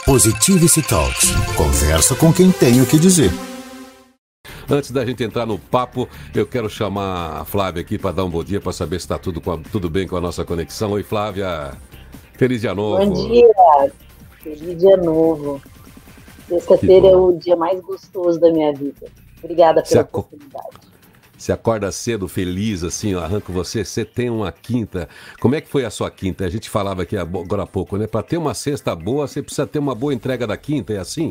Positivity Talks. Conversa com quem tem o que dizer. Antes da gente entrar no papo, eu quero chamar a Flávia aqui para dar um bom dia, para saber se está tudo bem com a nossa conexão. Oi, Flávia. Feliz dia novo. Bom dia. Feliz dia novo. Sexta-feira é o dia mais gostoso da minha vida. Obrigada pela oportunidade. Você acorda cedo, feliz, assim, eu arranco você tem uma quinta. Como é que foi a sua quinta? A gente falava aqui agora há pouco, né? Para ter uma sexta boa, você precisa ter uma boa entrega da quinta, é assim?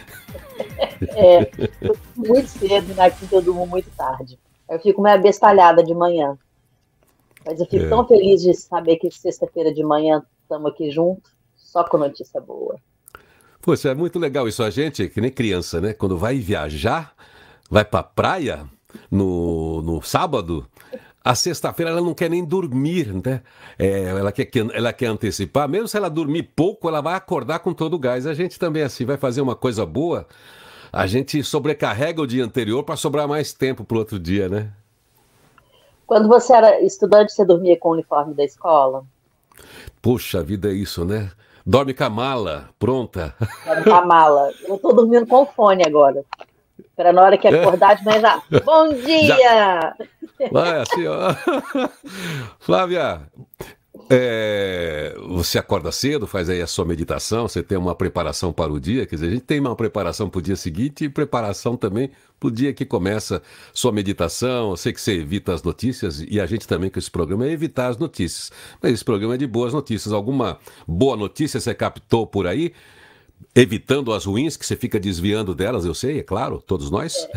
Eu muito cedo, na quinta eu durmo muito tarde. Eu fico meio abestalhada de manhã. Mas eu fico tão feliz de saber que sexta-feira de manhã estamos aqui juntos, só com notícia boa. Poxa, é muito legal isso. A gente, que nem criança, né? Quando vai viajar, vai pra praia no sábado, a sexta-feira ela não quer nem dormir, né? Ela quer antecipar. Mesmo se ela dormir pouco, ela vai acordar com todo o gás. A gente também, assim, vai fazer uma coisa boa, a gente sobrecarrega o dia anterior para sobrar mais tempo pro outro dia, né? Quando você era estudante, você dormia com o uniforme da escola? Poxa vida, é isso, né? Dorme com a mala, pronta. Dorme com a mala. Eu tô dormindo com o fone agora. Para na hora que acordar de manhã já... Bom dia! Vai assim, ó. Flávia, você acorda cedo, faz aí a sua meditação, você tem uma preparação para o dia, quer dizer, a gente tem uma preparação para o dia seguinte e preparação também para o dia que começa sua meditação. Eu sei que você evita as notícias e a gente também com esse programa é evitar as notícias, mas esse programa é de boas notícias. Alguma boa notícia você captou por aí? Evitando as ruins, que você fica desviando delas, eu sei, é claro, todos nós.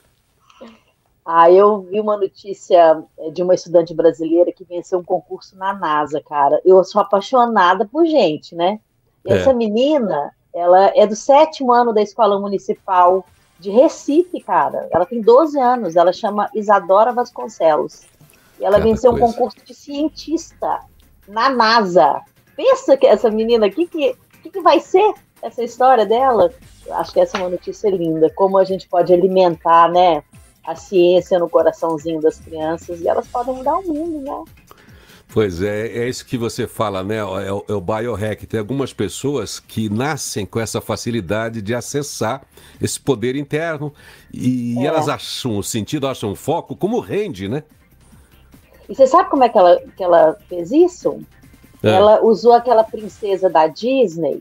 Eu vi uma notícia de uma estudante brasileira que venceu um concurso na NASA, cara. Eu sou apaixonada por gente, né? E essa menina, ela é do 7º ano da Escola Municipal de Recife, cara. Ela tem 12 anos, ela chama Isadora Vasconcelos. E ela venceu um concurso de cientista na NASA. Pensa que essa menina, o que vai ser essa história dela? Eu acho que essa é uma notícia linda. Como a gente pode alimentar, né, a ciência no coraçãozinho das crianças e elas podem mudar o mundo, né? Pois é isso que você fala, né? É o biohack. Tem algumas pessoas que nascem com essa facilidade de acessar esse poder interno e elas acham o sentido, acham o foco, como rende, né? E você sabe como é que ela fez isso? Ela usou aquela princesa da Disney,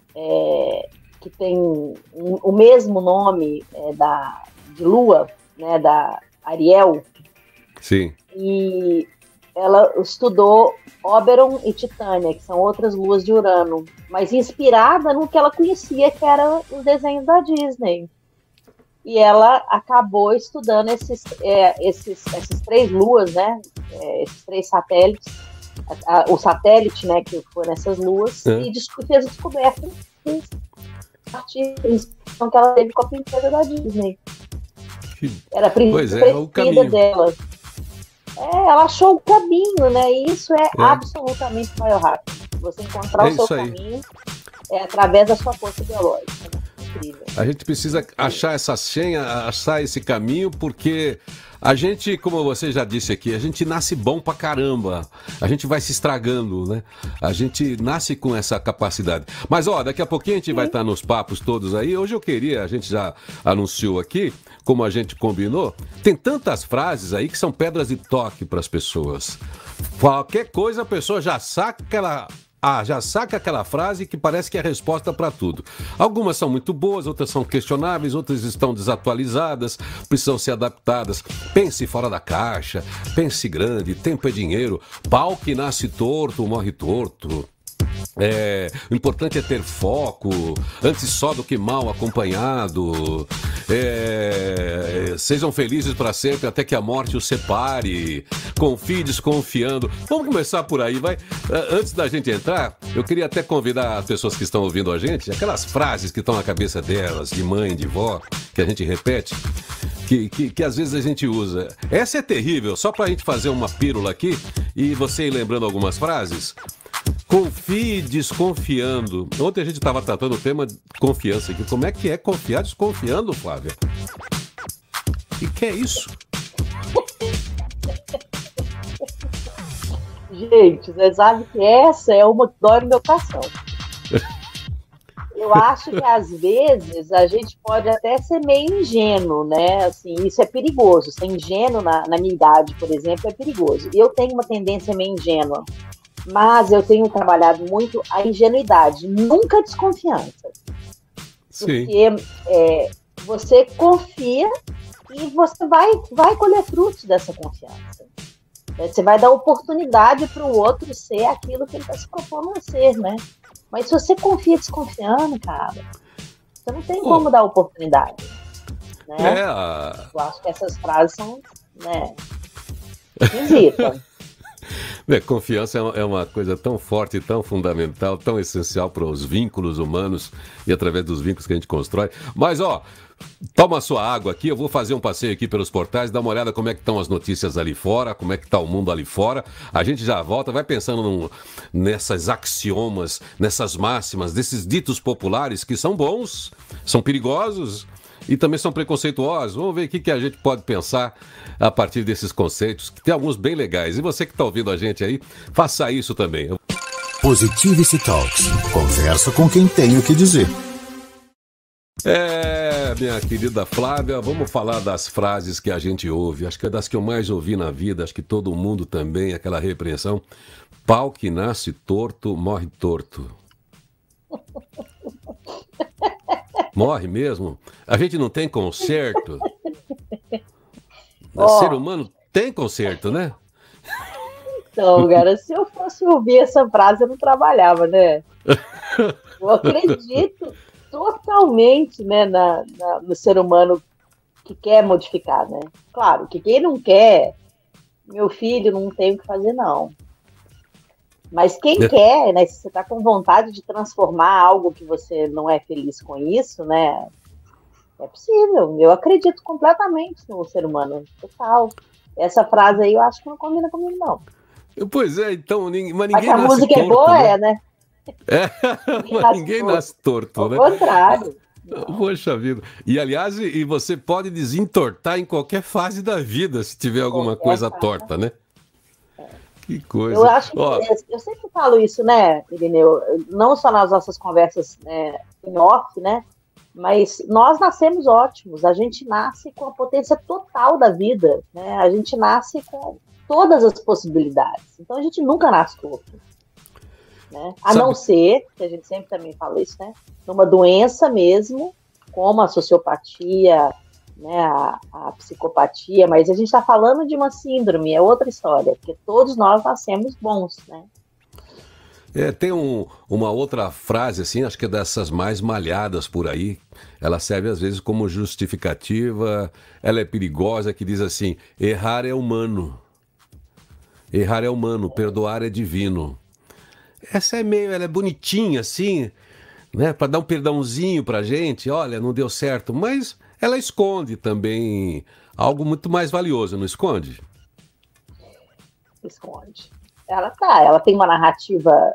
que tem o mesmo nome de Lua, né, da Ariel. Sim. E ela estudou Oberon e Titânia, que são outras luas de Urano, mas inspirada no que ela conhecia, que era os desenhos da Disney. E ela acabou estudando essas 3 luas, né, esses 3 satélites, o satélite, né, que foi nessas luas, e fez a descoberta a partir da inspiração que ela teve com a princesa da Disney. Era a preferida dela. Ela achou o caminho, né? E isso é absolutamente biohack. Você encontrar o seu caminho através da sua força biológica. Né? Incrível. A gente precisa achar essa senha, achar esse caminho, porque a gente, como você já disse aqui, a gente nasce bom pra caramba. A gente vai se estragando, né? A gente nasce com essa capacidade. Mas, daqui a pouquinho a gente vai estar nos papos todos aí. Hoje a gente já anunciou aqui, como a gente combinou, tem tantas frases aí que são pedras de toque para as pessoas. Qualquer coisa a pessoa já saca aquela frase que parece que é a resposta para tudo. Algumas são muito boas, outras são questionáveis, outras estão desatualizadas, precisam ser adaptadas. Pense fora da caixa, pense grande, tempo é dinheiro, pau que nasce torto, morre torto. O importante é ter foco, antes só do que mal acompanhado. Sejam felizes para sempre até que a morte os separe. Confie desconfiando. Vamos começar por aí, vai. Antes da gente entrar, eu queria até convidar as pessoas que estão ouvindo a gente, aquelas frases que estão na cabeça delas, de mãe, de vó, que a gente repete, que às vezes a gente usa. Essa é terrível, só pra gente fazer uma pílula aqui e você ir lembrando algumas frases. Confie desconfiando. Ontem a gente estava tratando o tema de confiança aqui. Como é que é confiar desconfiando, Flávia? E que é isso? Gente, você sabe que essa é uma que dói no meu coração. eu acho que às vezes a gente pode até ser meio ingênuo, né? Assim, isso é perigoso. Ser ingênuo na minha idade, por exemplo, é perigoso. Eu tenho uma tendência meio ingênua, mas eu tenho trabalhado muito a ingenuidade, nunca a desconfiança. Sim. Porque você confia e você vai colher frutos dessa confiança. Você vai dar oportunidade para o outro ser aquilo que ele está se propondo a ser, né? Mas se você confia desconfiando, cara, você não tem como dar oportunidade. Né? Eu acho que essas frases são, né, esquisitas. Confiança é uma coisa tão forte, tão fundamental, tão essencial para os vínculos humanos e através dos vínculos que a gente constrói. Mas, toma sua água aqui, eu vou fazer um passeio aqui pelos portais, dá uma olhada como é que estão as notícias ali fora, como é que está o mundo ali fora. A gente já volta, vai pensando nessas axiomas, nessas máximas, desses ditos populares que são bons, são perigosos e também são preconceituosos. Vamos ver o que a gente pode pensar a partir desses conceitos, que tem alguns bem legais. E você que está ouvindo a gente aí, faça isso também. Positivity Talks. Conversa com quem tem o que dizer. Minha querida Flávia, vamos falar das frases que a gente ouve. Acho que é das que eu mais ouvi na vida, acho que todo mundo também, aquela repreensão. Pau que nasce torto, morre torto. Morre mesmo? A gente não tem conserto? Ser humano tem conserto, né? Então, cara, se eu fosse ouvir essa frase, eu não trabalhava, né? Eu acredito totalmente, né, no ser humano que quer modificar, né? Claro, que quem não quer, meu filho, não tem o que fazer, não. Mas quem quer, né, se você está com vontade de transformar algo que você não é feliz com isso, né, é possível. Eu acredito completamente no ser humano, total. Essa frase aí eu acho que não combina comigo, não. Pois é, então, mas ninguém mas a nasce música torto, é boa, né? Mas ninguém nasce torto, né? Ao contrário. Poxa vida. E, aliás, você pode desentortar em qualquer fase da vida, se tiver alguma coisa torta, né? Que coisa. Eu acho que eu sempre falo isso, né, Irineu? Não só nas nossas conversas, né, em off, né? Mas nós nascemos ótimos. A gente nasce com a potência total da vida, né? A gente nasce com todas as possibilidades. Então a gente nunca nasce torto. Né? A não ser, que a gente sempre também fala isso, né? Numa doença mesmo, como a sociopatia, né? A psicopatia, mas a gente está falando de uma síndrome, é outra história, porque todos nós nascemos bons, né? Tem uma outra frase, assim, acho que é dessas mais malhadas por aí, ela serve às vezes como justificativa, ela é perigosa, que diz assim, errar é humano, perdoar é divino. Ela é bonitinha, assim, né? Para dar um perdãozinho pra gente, olha, não deu certo, mas ela esconde também algo muito mais valioso, não esconde? Esconde. Ela tem uma narrativa,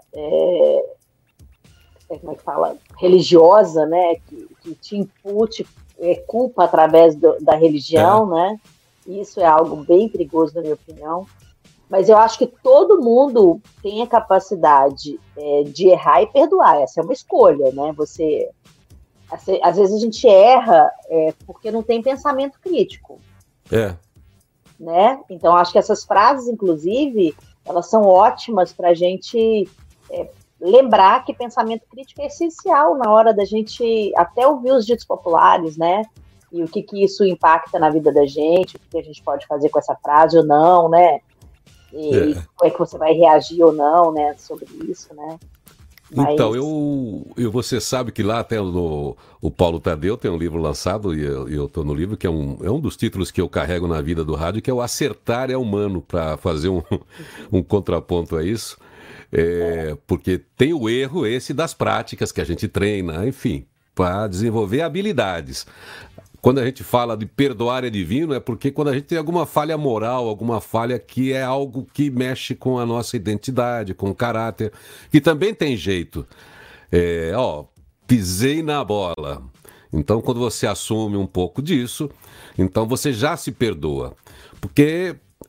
como é que fala, religiosa, né? Que te impute culpa através da religião, né? Isso é algo bem perigoso, na minha opinião. Mas eu acho que todo mundo tem a capacidade de errar e perdoar. Essa é uma escolha, né? Às vezes a gente erra porque não tem pensamento crítico. Né? Então, acho que essas frases, inclusive, elas são ótimas para a gente lembrar que pensamento crítico é essencial na hora da gente até ouvir os ditos populares, né? E o que isso impacta na vida da gente, o que a gente pode fazer com essa frase ou não, né? E como é que você vai reagir ou não, né, sobre isso, né? Mas... Então, você sabe que lá até o Paulo Tadeu tem um livro lançado, e eu estou no livro, que é um dos títulos que eu carrego na vida do rádio, que é o Acertar é Humano, para fazer um contraponto a isso, porque tem o erro esse das práticas que a gente treina, enfim, para desenvolver habilidades. Quando a gente fala de perdoar é divino, é porque quando a gente tem alguma falha moral, alguma falha que é algo que mexe com a nossa identidade, com o caráter, que também tem jeito. Pisei na bola. Então, quando você assume um pouco disso, então você já se perdoa. Porque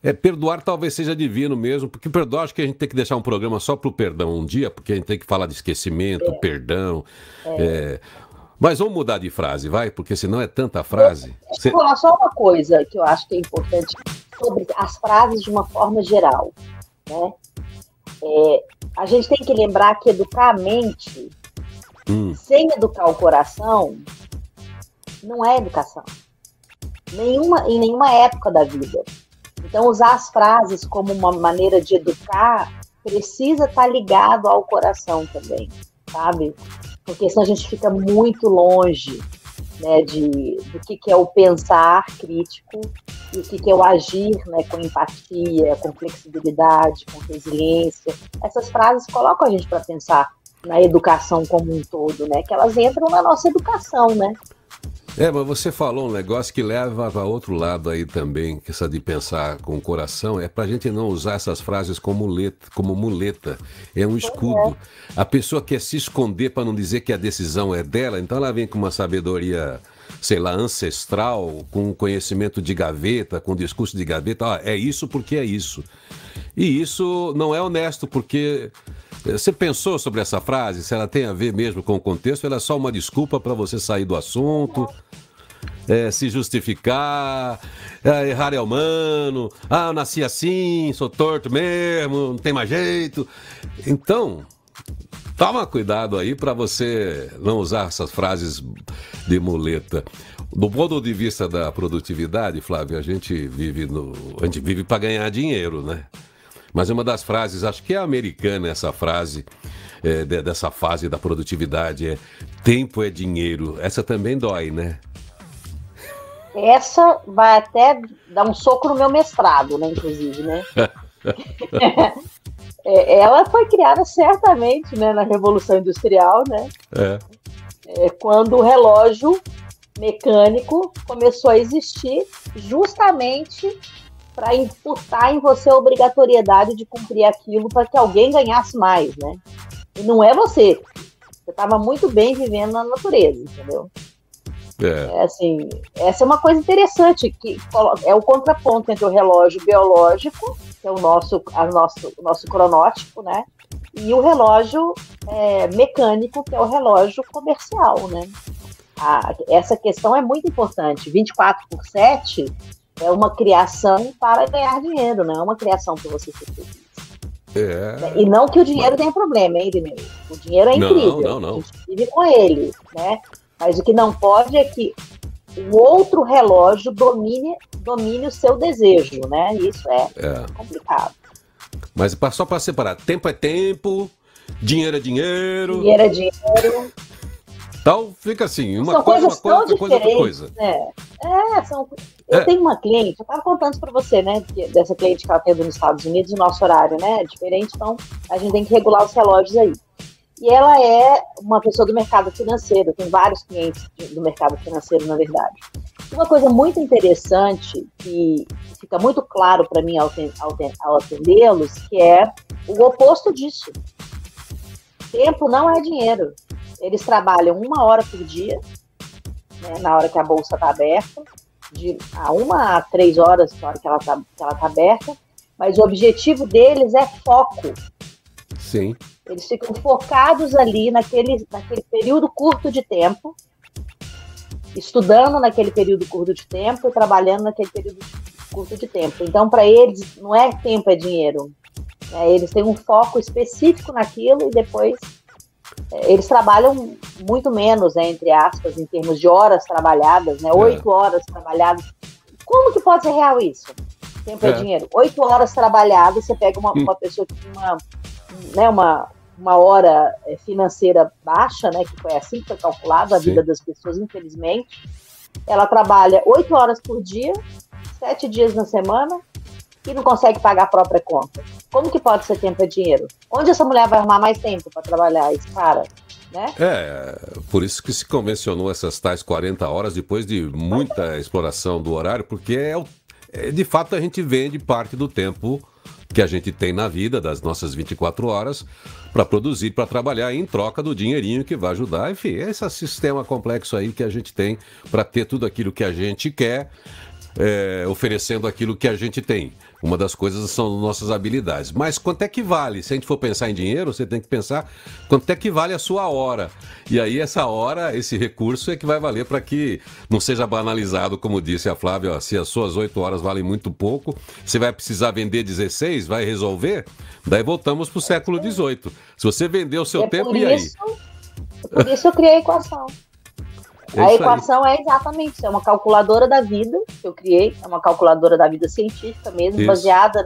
Perdoar talvez seja divino mesmo, porque perdoar acho que a gente tem que deixar um programa só pro perdão um dia, porque a gente tem que falar de esquecimento, perdão. Mas vamos mudar de frase, vai? Porque senão é tanta frase. Deixa eu falar só uma coisa que eu acho que é importante sobre as frases de uma forma geral, né? A gente tem que lembrar que educar a mente sem educar o coração não é educação. Em nenhuma época da vida. Então, usar as frases como uma maneira de educar precisa estar ligado ao coração também, sabe? Porque senão a gente fica muito longe, né, do que é o pensar crítico e o que é o agir, né, com empatia, com flexibilidade, com resiliência. Essas frases colocam a gente para pensar na educação como um todo, né? Que elas entram na nossa educação, né? Mas você falou um negócio que leva para outro lado aí também, que essa de pensar com o coração, é para a gente não usar essas frases como muleta, é um escudo. A pessoa quer se esconder para não dizer que a decisão é dela, então ela vem com uma sabedoria, sei lá, ancestral, com conhecimento de gaveta, com discurso de gaveta, é isso porque é isso. E isso não é honesto, porque... Você pensou sobre essa frase? Se ela tem a ver mesmo com o contexto, ela é só uma desculpa para você sair do assunto, se justificar, errar é humano, eu nasci assim, sou torto mesmo, não tem mais jeito. Então, toma cuidado aí para você não usar essas frases de muleta. Do ponto de vista da produtividade, Flávio, a gente vive para ganhar dinheiro, né? Mas uma das frases, acho que é americana essa frase, dessa fase da produtividade, tempo é dinheiro. Essa também dói, né? Essa vai até dar um soco no meu mestrado, né, inclusive, né? Ela foi criada certamente, né, na Revolução Industrial, né? Quando o relógio mecânico começou a existir justamente para imputar em você a obrigatoriedade de cumprir aquilo para que alguém ganhasse mais, né? E não é você. Você estava muito bem vivendo na natureza, entendeu? Assim, essa é uma coisa interessante, que é o contraponto entre o relógio biológico, que é o nosso cronótipo, né? E o relógio mecânico, que é o relógio comercial, né? Essa questão é muito importante. 24/7 é uma criação para ganhar dinheiro, não é uma criação para você ser feliz. E não que o dinheiro tenha problema, hein, Irineu? O dinheiro é incrível, não. A gente vive com ele, né? Mas o que não pode é que o outro relógio domine o seu desejo, né? Isso é complicado. Mas só para separar, tempo é tempo, dinheiro é dinheiro. Dinheiro é dinheiro. Então fica assim, uma coisa, outra coisa. Eu tenho uma cliente, eu estava contando isso para você, né? Dessa cliente que ela tem nos Estados Unidos, o nosso horário, né? É diferente, então a gente tem que regular os relógios aí. E ela é uma pessoa do mercado financeiro, tem vários clientes do mercado financeiro, na verdade. Uma coisa muito interessante, que fica muito claro para mim ao atendê-los, que é o oposto disso. Tempo não é dinheiro. Eles trabalham 1 hora por dia, né, na hora que a bolsa está aberta, de 1 a 3 horas na hora que ela tá aberta, mas o objetivo deles é foco. Sim. Eles ficam focados ali naquele período curto de tempo, estudando naquele período curto de tempo e trabalhando naquele período curto de tempo. Então, para eles, não é tempo, é dinheiro. Eles têm um foco específico naquilo e depois eles trabalham muito menos, né, entre aspas, em termos de horas trabalhadas, né, 8 horas trabalhadas. Como que pode ser real isso? Tempo é dinheiro. 8 horas trabalhadas, você pega uma pessoa que tem uma hora financeira baixa, né, que foi assim que foi calculado a vida das pessoas, infelizmente. Ela trabalha 8 horas por dia, 7 dias na semana, e não consegue pagar a própria conta. Como que pode ser tempo é dinheiro? Onde essa mulher vai arrumar mais tempo para trabalhar, esse cara? Né? Por isso que se convencionou essas tais 40 horas depois de muita exploração do horário, porque de fato a gente vende parte do tempo que a gente tem na vida, das nossas 24 horas, para produzir, para trabalhar em troca do dinheirinho que vai ajudar. Enfim, esse sistema complexo aí que a gente tem para ter tudo aquilo que a gente quer. oferecendo aquilo que a gente tem. Uma das coisas são nossas habilidades. Mas quanto é que vale? Se a gente for pensar em dinheiro, você tem que pensar quanto é que vale a sua hora. E aí essa hora, esse recurso é que vai valer para que não seja banalizado, como disse a Flávia, ó, se as suas 8 horas valem muito pouco, você vai precisar vender 16, vai resolver? Daí voltamos para o século XVIII. Se você vender o seu tempo, e aí? Por isso eu criei a equação. A equação é exatamente isso, é uma calculadora da vida que eu criei, é uma calculadora da vida científica mesmo, baseada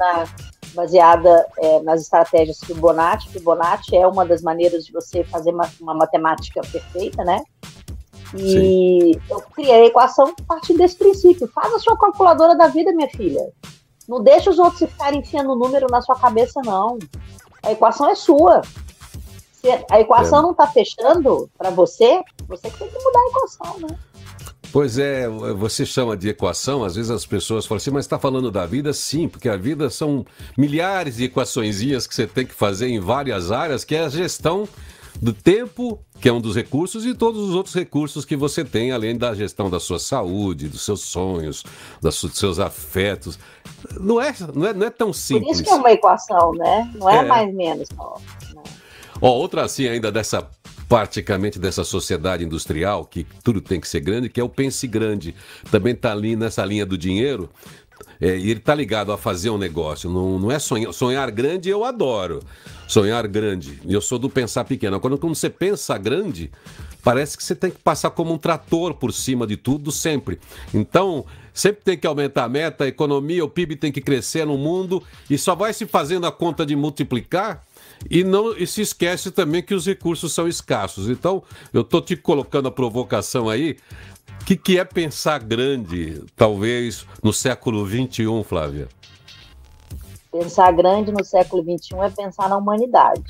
nas estratégias Fibonacci. Fibonacci é uma das maneiras de você fazer uma matemática perfeita, né? E eu criei a equação partindo desse princípio. Faz a sua calculadora da vida, minha filha. Não deixa os outros ficarem enfiando número na sua cabeça, não. A equação é sua. Se a equação não está fechando para você, você que tem que mudar a equação, né? Pois é, você chama de equação, às vezes as pessoas falam assim, mas está falando da vida? Sim, porque a vida são milhares de equaçõezinhas que você tem que fazer em várias áreas, que é a gestão do tempo, que é um dos recursos, e todos os outros recursos que você tem, além da gestão da sua saúde, dos seus sonhos, dos seus afetos. Não é tão simples. Por isso que é uma equação, né? Não é mais menos só. Outra assim ainda praticamente dessa sociedade industrial, que tudo tem que ser grande, que é o pense grande. Também está ali nessa linha do dinheiro, e ele está ligado a fazer um negócio. Não é sonhar grande, eu adoro sonhar grande. Eu sou do pensar pequeno. Quando você pensa grande, parece que você tem que passar como um trator por cima de tudo sempre. Então, sempre tem que aumentar a meta, a economia, o PIB tem que crescer no mundo, e só vai se fazendo a conta de multiplicar. E se esquece também que os recursos são escassos. Então, eu estou te colocando a provocação aí. O que é pensar grande, talvez, no século XXI, Flávia? Pensar grande no século XXI é pensar na humanidade.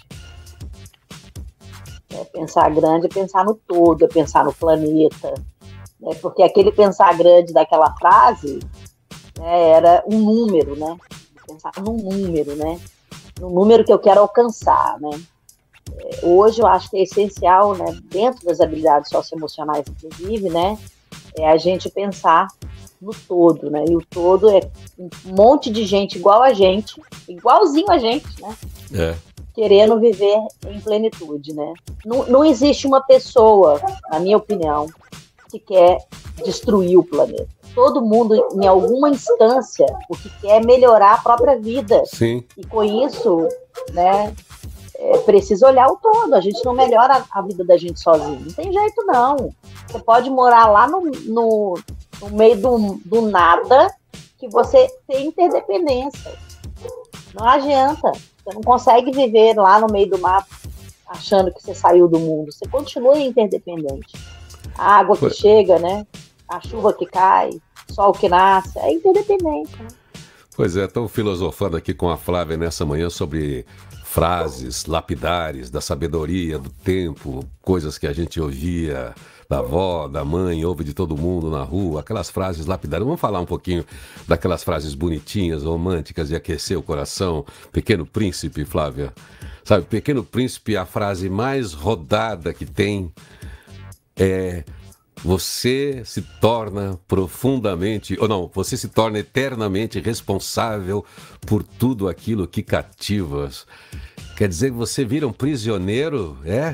Pensar grande é pensar no todo, é pensar no planeta. Porque aquele pensar grande daquela frase, era um número, né? Pensar num número, né? No número que eu quero alcançar, né? Hoje eu acho que é essencial, né, dentro das habilidades socioemocionais, inclusive, né, é a gente pensar no todo, né? E o todo é um monte de gente igual a gente, igualzinho a gente, né? Querendo viver em plenitude, né? Não existe uma pessoa, na minha opinião, que quer destruir o planeta. Todo mundo, em alguma instância, o que quer é melhorar a própria vida. Sim. E com isso, né, precisa olhar o todo. A gente não melhora a vida da gente sozinho. Não tem jeito, não. Você pode morar lá no meio do nada, que você tem interdependência. Não adianta. Você não consegue viver lá no meio do mato achando que você saiu do mundo. Você continua interdependente. A água que chega, né? A chuva que cai, sol que nasce, é interdependente. Né? Pois é, estou filosofando aqui com a Flávia nessa manhã sobre frases lapidares da sabedoria, do tempo, coisas que a gente ouvia da avó, da mãe, ouve de todo mundo na rua, aquelas frases lapidares. Vamos falar um pouquinho daquelas frases bonitinhas, românticas, de aquecer o coração. Pequeno Príncipe, Flávia. Sabe, Pequeno Príncipe, a frase mais rodada que tem é: você se torna profundamente, ou não, você se torna eternamente responsável por tudo aquilo que cativas. Quer dizer que você vira um prisioneiro, é?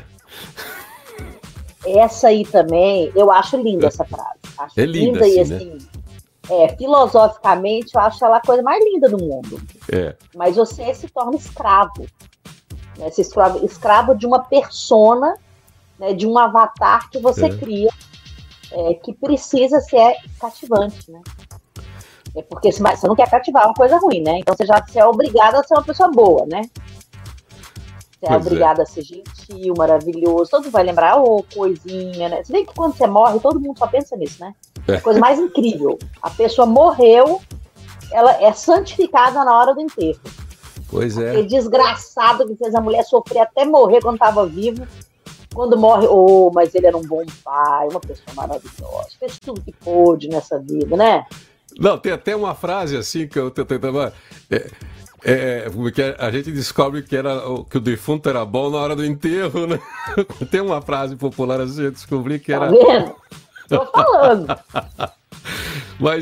Essa aí também, eu acho linda essa frase. Acho linda e assim, né? Filosoficamente, eu acho ela a coisa mais linda do mundo. Mas você se torna escravo. Né? Escravo de uma persona, né? De um avatar que você cria, que precisa ser cativante, né? Porque você não quer cativar uma coisa ruim, né? Então você é obrigado a ser uma pessoa boa, né? Você é obrigado a ser gentil, maravilhoso. Todo mundo vai lembrar, coisinha, né? Você vê que quando você morre, todo mundo só pensa nisso, né? A coisa mais incrível. A pessoa morreu, ela é santificada na hora do enterro. Pois é. Aquele desgraçado que fez a mulher sofrer até morrer quando estava vivo. Quando morre, mas ele era um bom pai, uma pessoa maravilhosa. Fez tudo que pôde nessa vida, né? Não, tem até uma frase assim que eu tentava... porque a gente descobre que o defunto era bom na hora do enterro, né? Tem uma frase popular assim, eu descobri que era... Tá vendo? Tô falando. Mas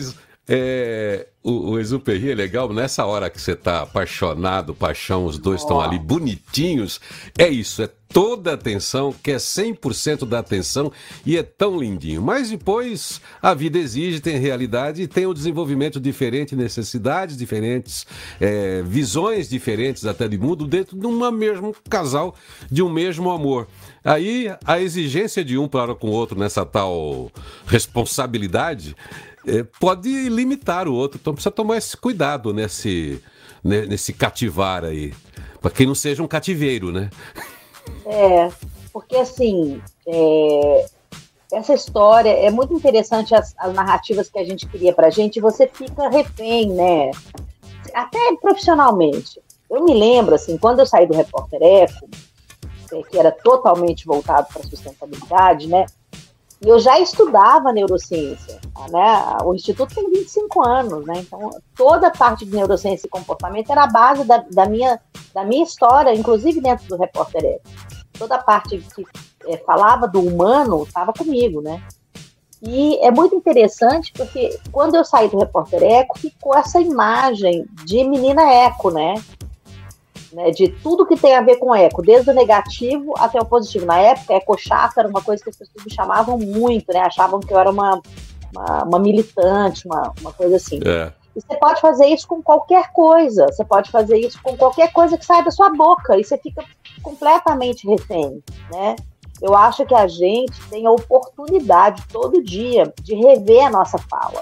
O Exupéry é legal, nessa hora que você está apaixonado, paixão, os dois estão ali bonitinhos, é isso, é toda a atenção, que é 100% da atenção e é tão lindinho. Mas depois a vida exige, tem realidade e tem o desenvolvimento diferente, necessidades diferentes, visões diferentes até de mundo dentro de um mesmo casal, de um mesmo amor. Aí a exigência de um para com o outro nessa tal responsabilidade pode limitar o outro, então precisa tomar esse cuidado nesse cativar aí, para que não seja um cativeiro, né? Porque assim, essa história é muito interessante, as narrativas que a gente cria pra gente, e você fica refém, né? Até profissionalmente. Eu me lembro, assim, quando eu saí do Repórter Eco, que era totalmente voltado para a sustentabilidade, né? E eu já estudava neurociência, né? O Instituto tem 25 anos, né? Então, toda a parte de neurociência e comportamento era a base da minha história, inclusive dentro do Repórter Eco. Toda a parte que falava do humano estava comigo, né? E é muito interessante porque quando eu saí do Repórter Eco, ficou essa imagem de menina eco, né? De tudo que tem a ver com eco, desde o negativo até o positivo. Na época, eco-chato era uma coisa que as pessoas me chamavam muito, né? Achavam que eu era uma militante, uma coisa assim. E você pode fazer isso com qualquer coisa, você pode fazer isso com qualquer coisa que sai da sua boca, e você fica completamente refém, né? Eu acho que a gente tem a oportunidade todo dia de rever a nossa fala.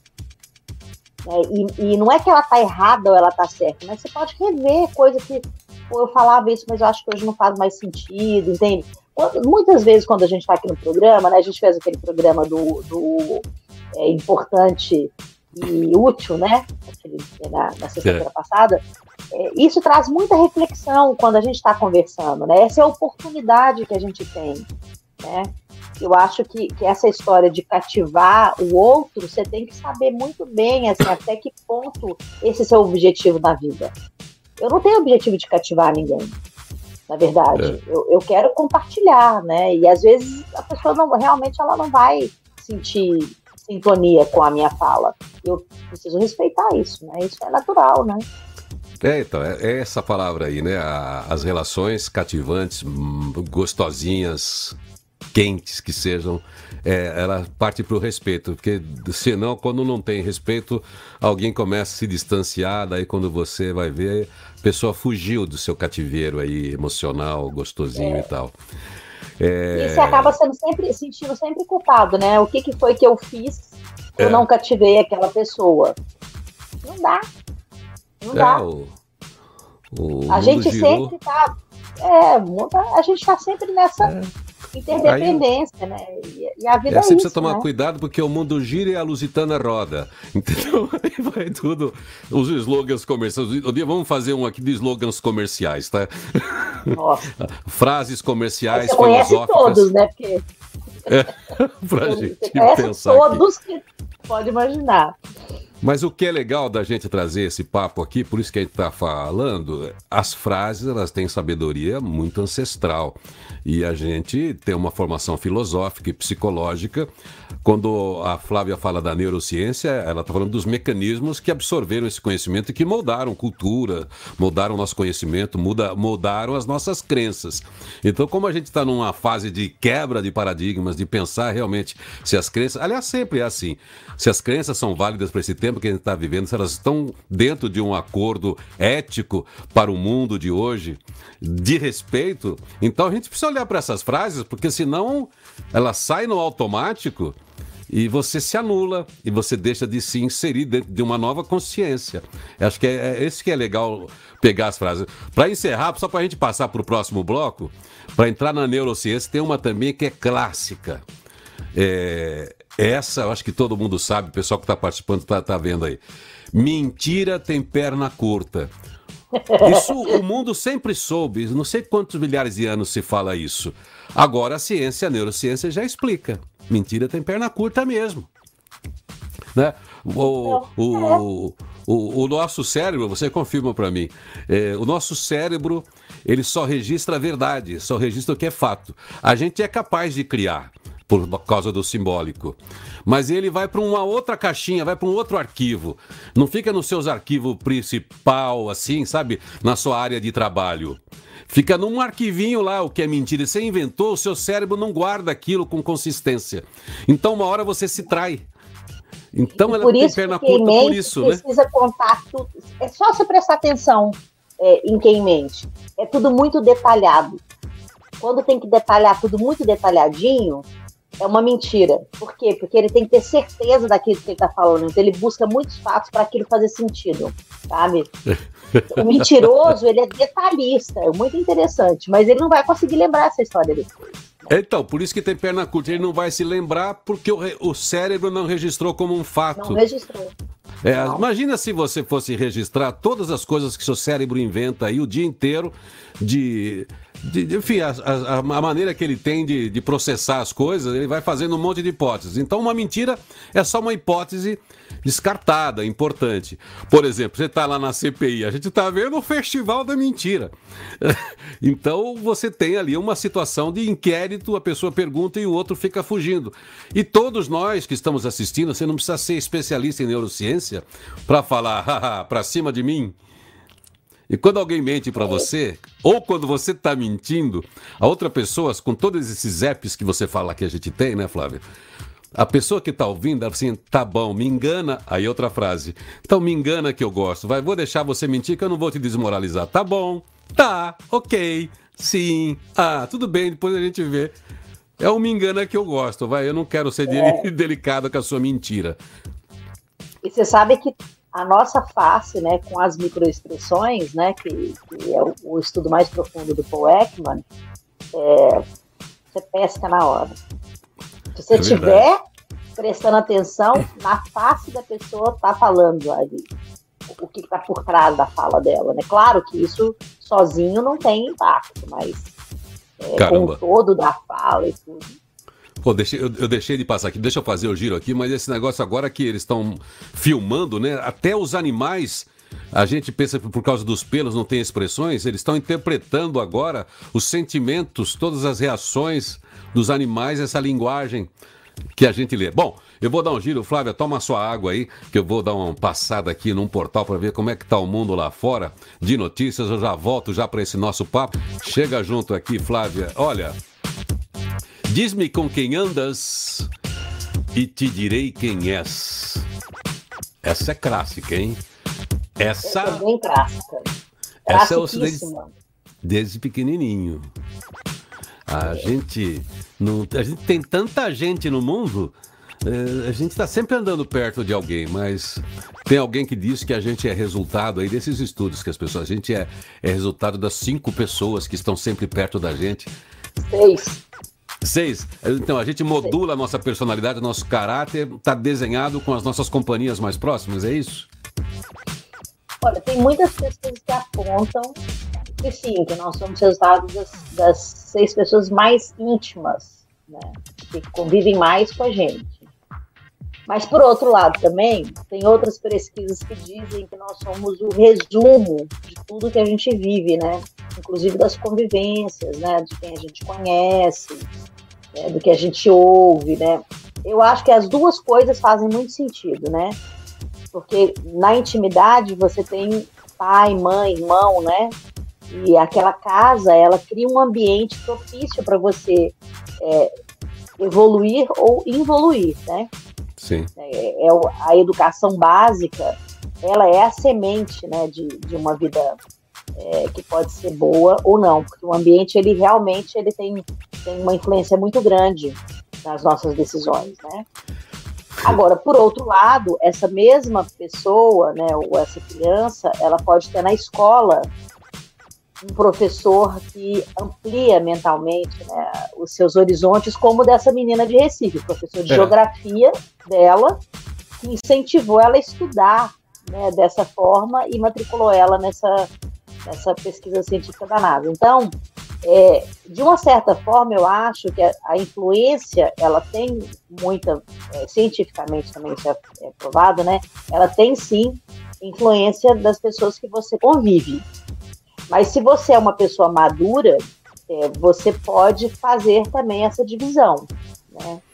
E não é que ela está errada ou ela está certa, mas você pode rever coisa que, eu falava isso, mas eu acho que hoje não faz mais sentido, entende? Muitas vezes, quando a gente está aqui no programa, né, a gente fez aquele programa do importante e útil, né, na sexta-feira passada, isso traz muita reflexão quando a gente está conversando, né? Essa é a oportunidade que a gente tem, né? Eu acho que essa história de cativar o outro, você tem que saber muito bem, assim, até que ponto esse é o seu objetivo na vida. Eu não tenho objetivo de cativar ninguém, na verdade. Eu quero compartilhar, né? E às vezes a pessoa realmente ela não vai sentir sintonia com a minha fala. Eu preciso respeitar isso, né? Isso é natural, né? Então, é essa palavra aí, né? As relações cativantes, gostosinhas, quentes que sejam, ela parte para o respeito, porque senão, quando não tem respeito, alguém começa a se distanciar, daí quando você vai ver, a pessoa fugiu do seu cativeiro aí, emocional, gostosinho e tal. E você acaba sentindo sempre culpado, né? O que foi que eu fiz que eu não cativei aquela pessoa? Não dá. Não dá. A gente girou. Sempre tá... a gente tá sempre nessa... interdependência, né? E a vida é isso, você precisa tomar né? cuidado porque o mundo gira e a Lusitana roda, entendeu? Aí vai tudo, os slogans comerciais. Vamos fazer um aqui de slogans comerciais, tá? Nossa. Frases comerciais você conhece filosóficas. Todos, né? Porque... pra gente pensar todos aqui. Que pode imaginar. Mas o que é legal da gente trazer esse papo aqui, por isso que a gente está falando, as frases elas têm sabedoria muito ancestral. E a gente tem uma formação filosófica e psicológica. Quando a Flávia fala da neurociência, ela está falando dos mecanismos que absorveram esse conhecimento e que moldaram cultura, moldaram nosso conhecimento, moldaram as nossas crenças. Então, como a gente está numa fase de quebra de paradigmas, de pensar realmente se as crenças... Aliás, sempre é assim. Se as crenças são válidas para esse tempo que a gente está vivendo, se elas estão dentro de um acordo ético para o mundo de hoje, de respeito, então a gente precisa olhar para essas frases, porque senão elas saem no automático e você se anula e você deixa de se inserir dentro de uma nova consciência. Eu acho que é esse que é legal pegar as frases. Para encerrar, só para a gente passar para o próximo bloco, para entrar na neurociência, tem uma também que é clássica. Essa, eu acho que todo mundo sabe, o pessoal que está participando está vendo aí. Mentira tem perna curta. Isso o mundo sempre soube, não sei quantos milhares de anos se fala isso. Agora a neurociência já explica. Mentira tem perna curta mesmo. Né? O nosso cérebro, você confirma para mim, o nosso cérebro, ele só registra a verdade, só registra o que é fato. A gente é capaz de criar, por causa do simbólico. mas ele vai para uma outra caixinha, vai para um outro arquivo. Não fica nos seus arquivos principal, assim, sabe? Na sua área de trabalho. Fica num arquivinho lá, o que é mentira. Você inventou, o seu cérebro não guarda aquilo com consistência. Então, uma hora você se trai. Então, ela tem perna curta por isso, né? Precisa contar tudo. É só você prestar atenção em quem mente. É tudo muito detalhado. Quando tem que detalhar tudo muito detalhadinho, é uma mentira. Por quê? Porque ele tem que ter certeza daquilo que ele está falando. Então, ele busca muitos fatos para aquilo fazer sentido, sabe? O mentiroso, ele é detalhista, é muito interessante, mas ele não vai conseguir lembrar essa história depois. Então, por isso que tem perna curta. Ele não vai se lembrar porque o cérebro não registrou como um fato. Não registrou. Imagina se você fosse registrar todas as coisas que seu cérebro inventa aí o dia inteiro, enfim, a maneira que ele tem de processar as coisas, ele vai fazendo um monte de hipóteses. Então, uma mentira é só uma hipótese descartada, importante. Por exemplo, você está lá na CPI, a gente está vendo o Festival da Mentira. Então, você tem ali uma situação de inquérito, a pessoa pergunta e o outro fica fugindo. E todos nós que estamos assistindo, você não precisa ser especialista em neurociência para falar, haha, para cima de mim. E quando alguém mente para você, ou quando você está mentindo, a outra pessoa, com todos esses apps que você fala que a gente tem, né, Flávia? A pessoa que está ouvindo, ela assim, tá bom, me engana. Aí outra frase, então me engana que eu gosto. Vou deixar você mentir que eu não vou te desmoralizar. Tá bom, tá, ok, sim, tudo bem, depois a gente vê. É um me engana que eu gosto, eu não quero ser delicado com a sua mentira. E você sabe que a nossa face, né, com as microexpressões, né, que é o estudo mais profundo do Paul Ekman, você pesca na hora. Se você estiver prestando atenção na face da pessoa, tá falando ali o que está por trás da fala dela, né? Claro que isso sozinho não tem impacto, mas com o todo da fala e tudo. Pô, eu deixei de passar aqui, deixa eu fazer o giro aqui, mas esse negócio agora que eles estão filmando, né? Até os animais, a gente pensa que por causa dos pelos não tem expressões, eles estão interpretando agora os sentimentos, todas as reações dos animais, essa linguagem que a gente lê. Bom, eu vou dar um giro, Flávia, toma a sua água aí, que eu vou dar uma passada aqui num portal para ver como é que tá o mundo lá fora de notícias. Eu já volto já para esse nosso papo. Chega junto aqui, Flávia. Olha, diz-me com quem andas e te direi quem és. Essa é clássica, hein? Essa é bem clássica. Essa eu desde pequenininho. A gente tem tanta gente no mundo, a gente está sempre andando perto de alguém, mas tem alguém que diz que a gente é resultado aí desses estudos que as pessoas, a gente é resultado das 5 pessoas que estão sempre perto da gente. 6. Então, a gente modula a nossa personalidade, nosso caráter, está desenhado com as nossas companhias mais próximas, é isso? Olha, tem muitas pessoas que apontam que sim, que nós somos resultados das 6 pessoas mais íntimas, né, que convivem mais com a gente. Mas, por outro lado, também, tem outras pesquisas que dizem que nós somos o resumo de tudo que a gente vive, né? Inclusive das convivências, né? De quem a gente conhece, né? Do que a gente ouve, né? Eu acho que as duas coisas fazem muito sentido, né? Porque na intimidade você tem pai, mãe, irmão, né? E aquela casa, ela cria um ambiente propício para você evoluir ou involuir, né? Sim. A educação básica, ela é a semente, né, de uma vida que pode ser boa ou não, porque o ambiente, ele realmente tem uma influência muito grande nas nossas decisões, né? Agora, por outro lado, essa mesma pessoa, né, ou essa criança, ela pode ter na escola um professor que amplia mentalmente, né, os seus horizontes, como dessa menina de Recife, o professor de geografia dela, que incentivou ela a estudar, né, dessa forma e matriculou ela nessa pesquisa científica da NASA. Então, de uma certa forma, eu acho que a influência, ela tem muita, cientificamente também isso é provado, né, ela tem sim influência das pessoas que você convive. Mas se você é uma pessoa madura, você pode fazer também essa divisão, né?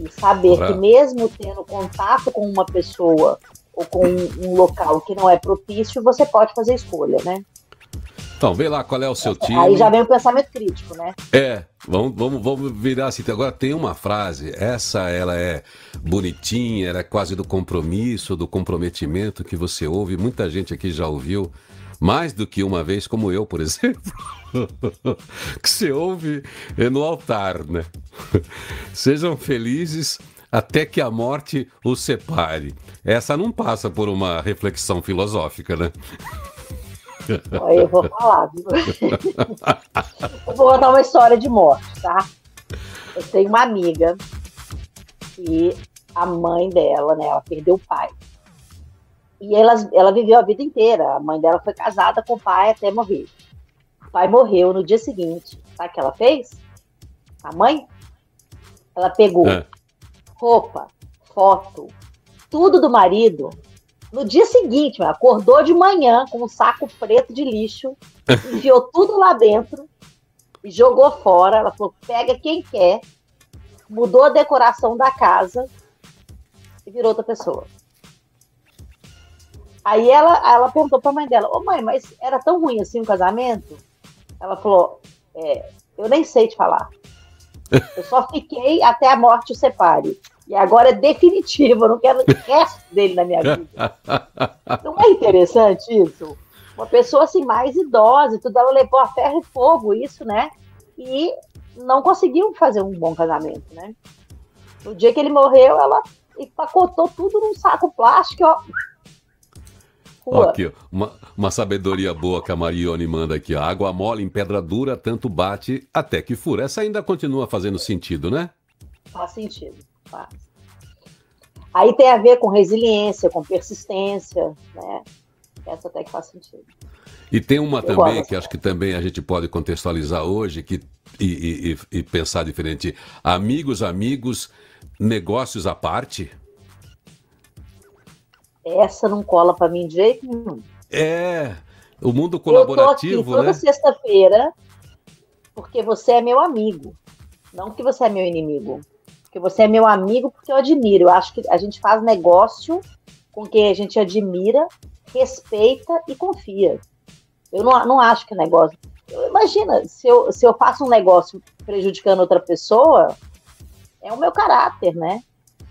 E saber que mesmo tendo contato com uma pessoa ou com um local que não é propício, você pode fazer escolha, né? Então, vê lá qual é o seu time. Aí já vem o pensamento crítico, né? Vamos virar assim. Agora tem uma frase, ela é bonitinha, ela é quase do compromisso, do comprometimento que você ouve. Muita gente aqui já ouviu, mais do que uma vez, como eu, por exemplo, que você ouve no altar, né? Sejam felizes até que a morte os separe. Essa não passa por uma reflexão filosófica, né? Eu vou falar, viu? Eu vou contar uma história de morte, tá? Eu tenho uma amiga que a mãe dela, né, ela perdeu o pai. E ela viveu a vida inteira. A mãe dela foi casada com o pai até morrer. O pai morreu no dia seguinte. Sabe o que ela fez? A mãe? Ela pegou roupa, foto, tudo do marido. No dia seguinte, ela acordou de manhã com um saco preto de lixo, enfiou tudo lá dentro e jogou fora. Ela falou, pega quem quer, mudou a decoração da casa e virou outra pessoa. Aí ela perguntou pra mãe dela, ô mãe, mas era tão ruim assim o casamento? Ela falou, eu nem sei te falar. Eu só fiquei até a morte o separe. E agora é definitivo, eu não quero o resto dele na minha vida. Não é interessante isso? Uma pessoa assim mais idosa e tudo, ela levou a ferro e fogo isso, né? E não conseguiu fazer um bom casamento, né? No dia que ele morreu, ela empacotou tudo num saco plástico, ó. Ó, aqui, uma sabedoria boa que a Marione manda aqui, ó. Água mole em pedra dura, tanto bate até que fura. Essa ainda continua fazendo sentido, né? Faz sentido. Aí tem a ver com resiliência, com persistência, né? Essa até que faz sentido. E tem uma também, que acho que também a gente pode contextualizar hoje e pensar diferente. Amigos, negócios à parte. Essa não cola para mim de jeito nenhum. O mundo colaborativo, eu tô aqui toda sexta-feira porque você é meu amigo, não que você é meu inimigo. Porque você é meu amigo porque eu admiro. Eu acho que a gente faz negócio com quem a gente admira, respeita e confia. Eu não acho que negócio... Imagina, se eu faço um negócio prejudicando outra pessoa, é o meu caráter, né?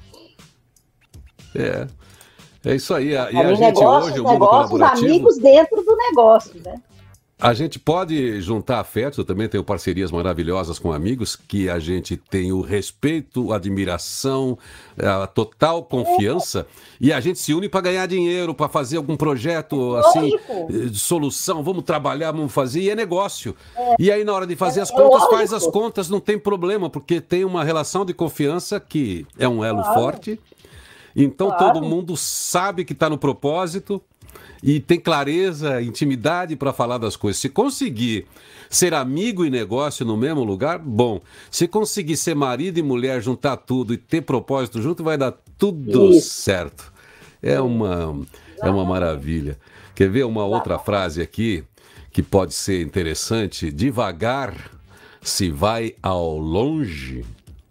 É isso aí. E a gente negócios, hoje, o mundo colaborativo... amigos dentro do negócio, né? A gente pode juntar afetos, eu também tenho parcerias maravilhosas com amigos, que a gente tem o respeito, a admiração, a total confiança, e a gente se une para ganhar dinheiro, para fazer algum projeto, assim, de solução, vamos trabalhar, vamos fazer, e é negócio. E aí na hora de fazer as contas, faz as contas, não tem problema, porque tem uma relação de confiança que é um elo forte, então todo mundo sabe que está no propósito, e tem clareza, intimidade para falar das coisas. Se conseguir ser amigo e negócio no mesmo lugar, bom. Se conseguir ser marido e mulher, juntar tudo e ter propósito junto, vai dar tudo certo. É uma maravilha. Quer ver uma outra frase aqui que pode ser interessante? Devagar se vai ao longe.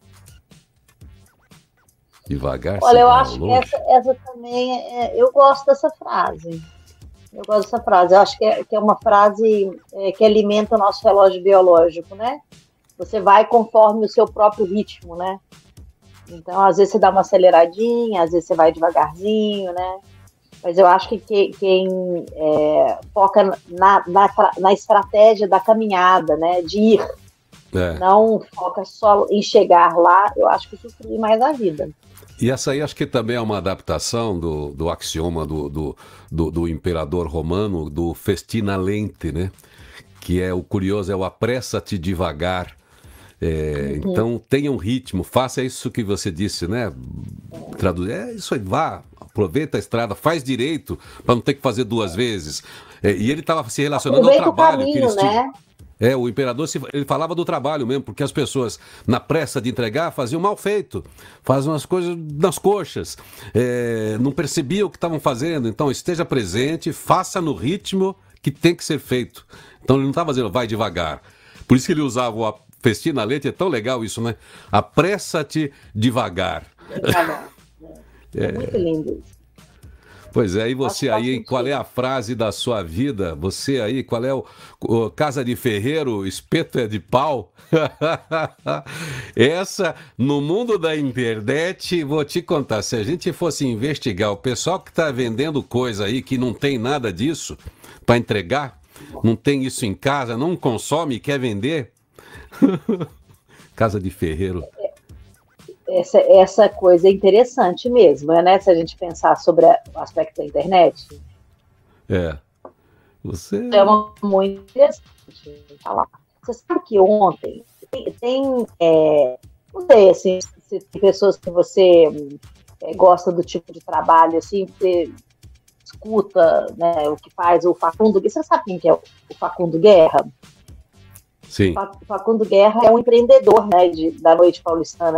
Devagar se vai ao longe. Olha, eu acho que essa também... eu gosto dessa frase. Eu acho que é uma frase que alimenta o nosso relógio biológico, né? Você vai conforme o seu próprio ritmo, né? Então, às vezes você dá uma aceleradinha, às vezes você vai devagarzinho, né? Mas eu acho que quem foca na estratégia da caminhada, né? De ir, não foca só em chegar lá, eu acho que isso flui mais a vida. E essa aí acho que também é uma adaptação do axioma do imperador romano, do festina lente, né? Que é o curioso, é o apressa-te devagar. Então tenha um ritmo, faça isso que você disse, né? Traduzir, isso aí, vá, aproveita a estrada, faz direito, para não ter que fazer duas vezes. E ele estava se relacionando ao trabalho. Caminho, que eles tinham. Né? O imperador, ele falava do trabalho mesmo, porque as pessoas, na pressa de entregar, faziam mal feito, faziam as coisas nas coxas, não percebiam o que estavam fazendo. Então, esteja presente, faça no ritmo que tem que ser feito. Então, ele não estava dizendo, vai devagar. Por isso que ele usava Festina Leite, é tão legal isso, né? Apressa-te devagar. É muito lindo isso. Pois é, e você Faz aí, sentido. qual é a frase da sua vida? Você aí, qual é o casa de ferreiro, espeto é de pau? Essa, no mundo da internet, vou te contar, se a gente fosse investigar o pessoal que está vendendo coisa aí que não tem nada disso para entregar, não tem isso em casa, não consome e quer vender, casa de ferreiro. Essa coisa é interessante mesmo, né? Se a gente pensar sobre o aspecto da internet. Você... É uma muito interessante falar. Você sabe que ontem não sei assim, se tem pessoas que você gosta do tipo de trabalho, assim, que você escuta, né, o que faz o Facundo Guerra. Você sabe quem que é o Facundo Guerra? Sim. O Facundo Guerra é um empreendedor, né, da noite paulistana.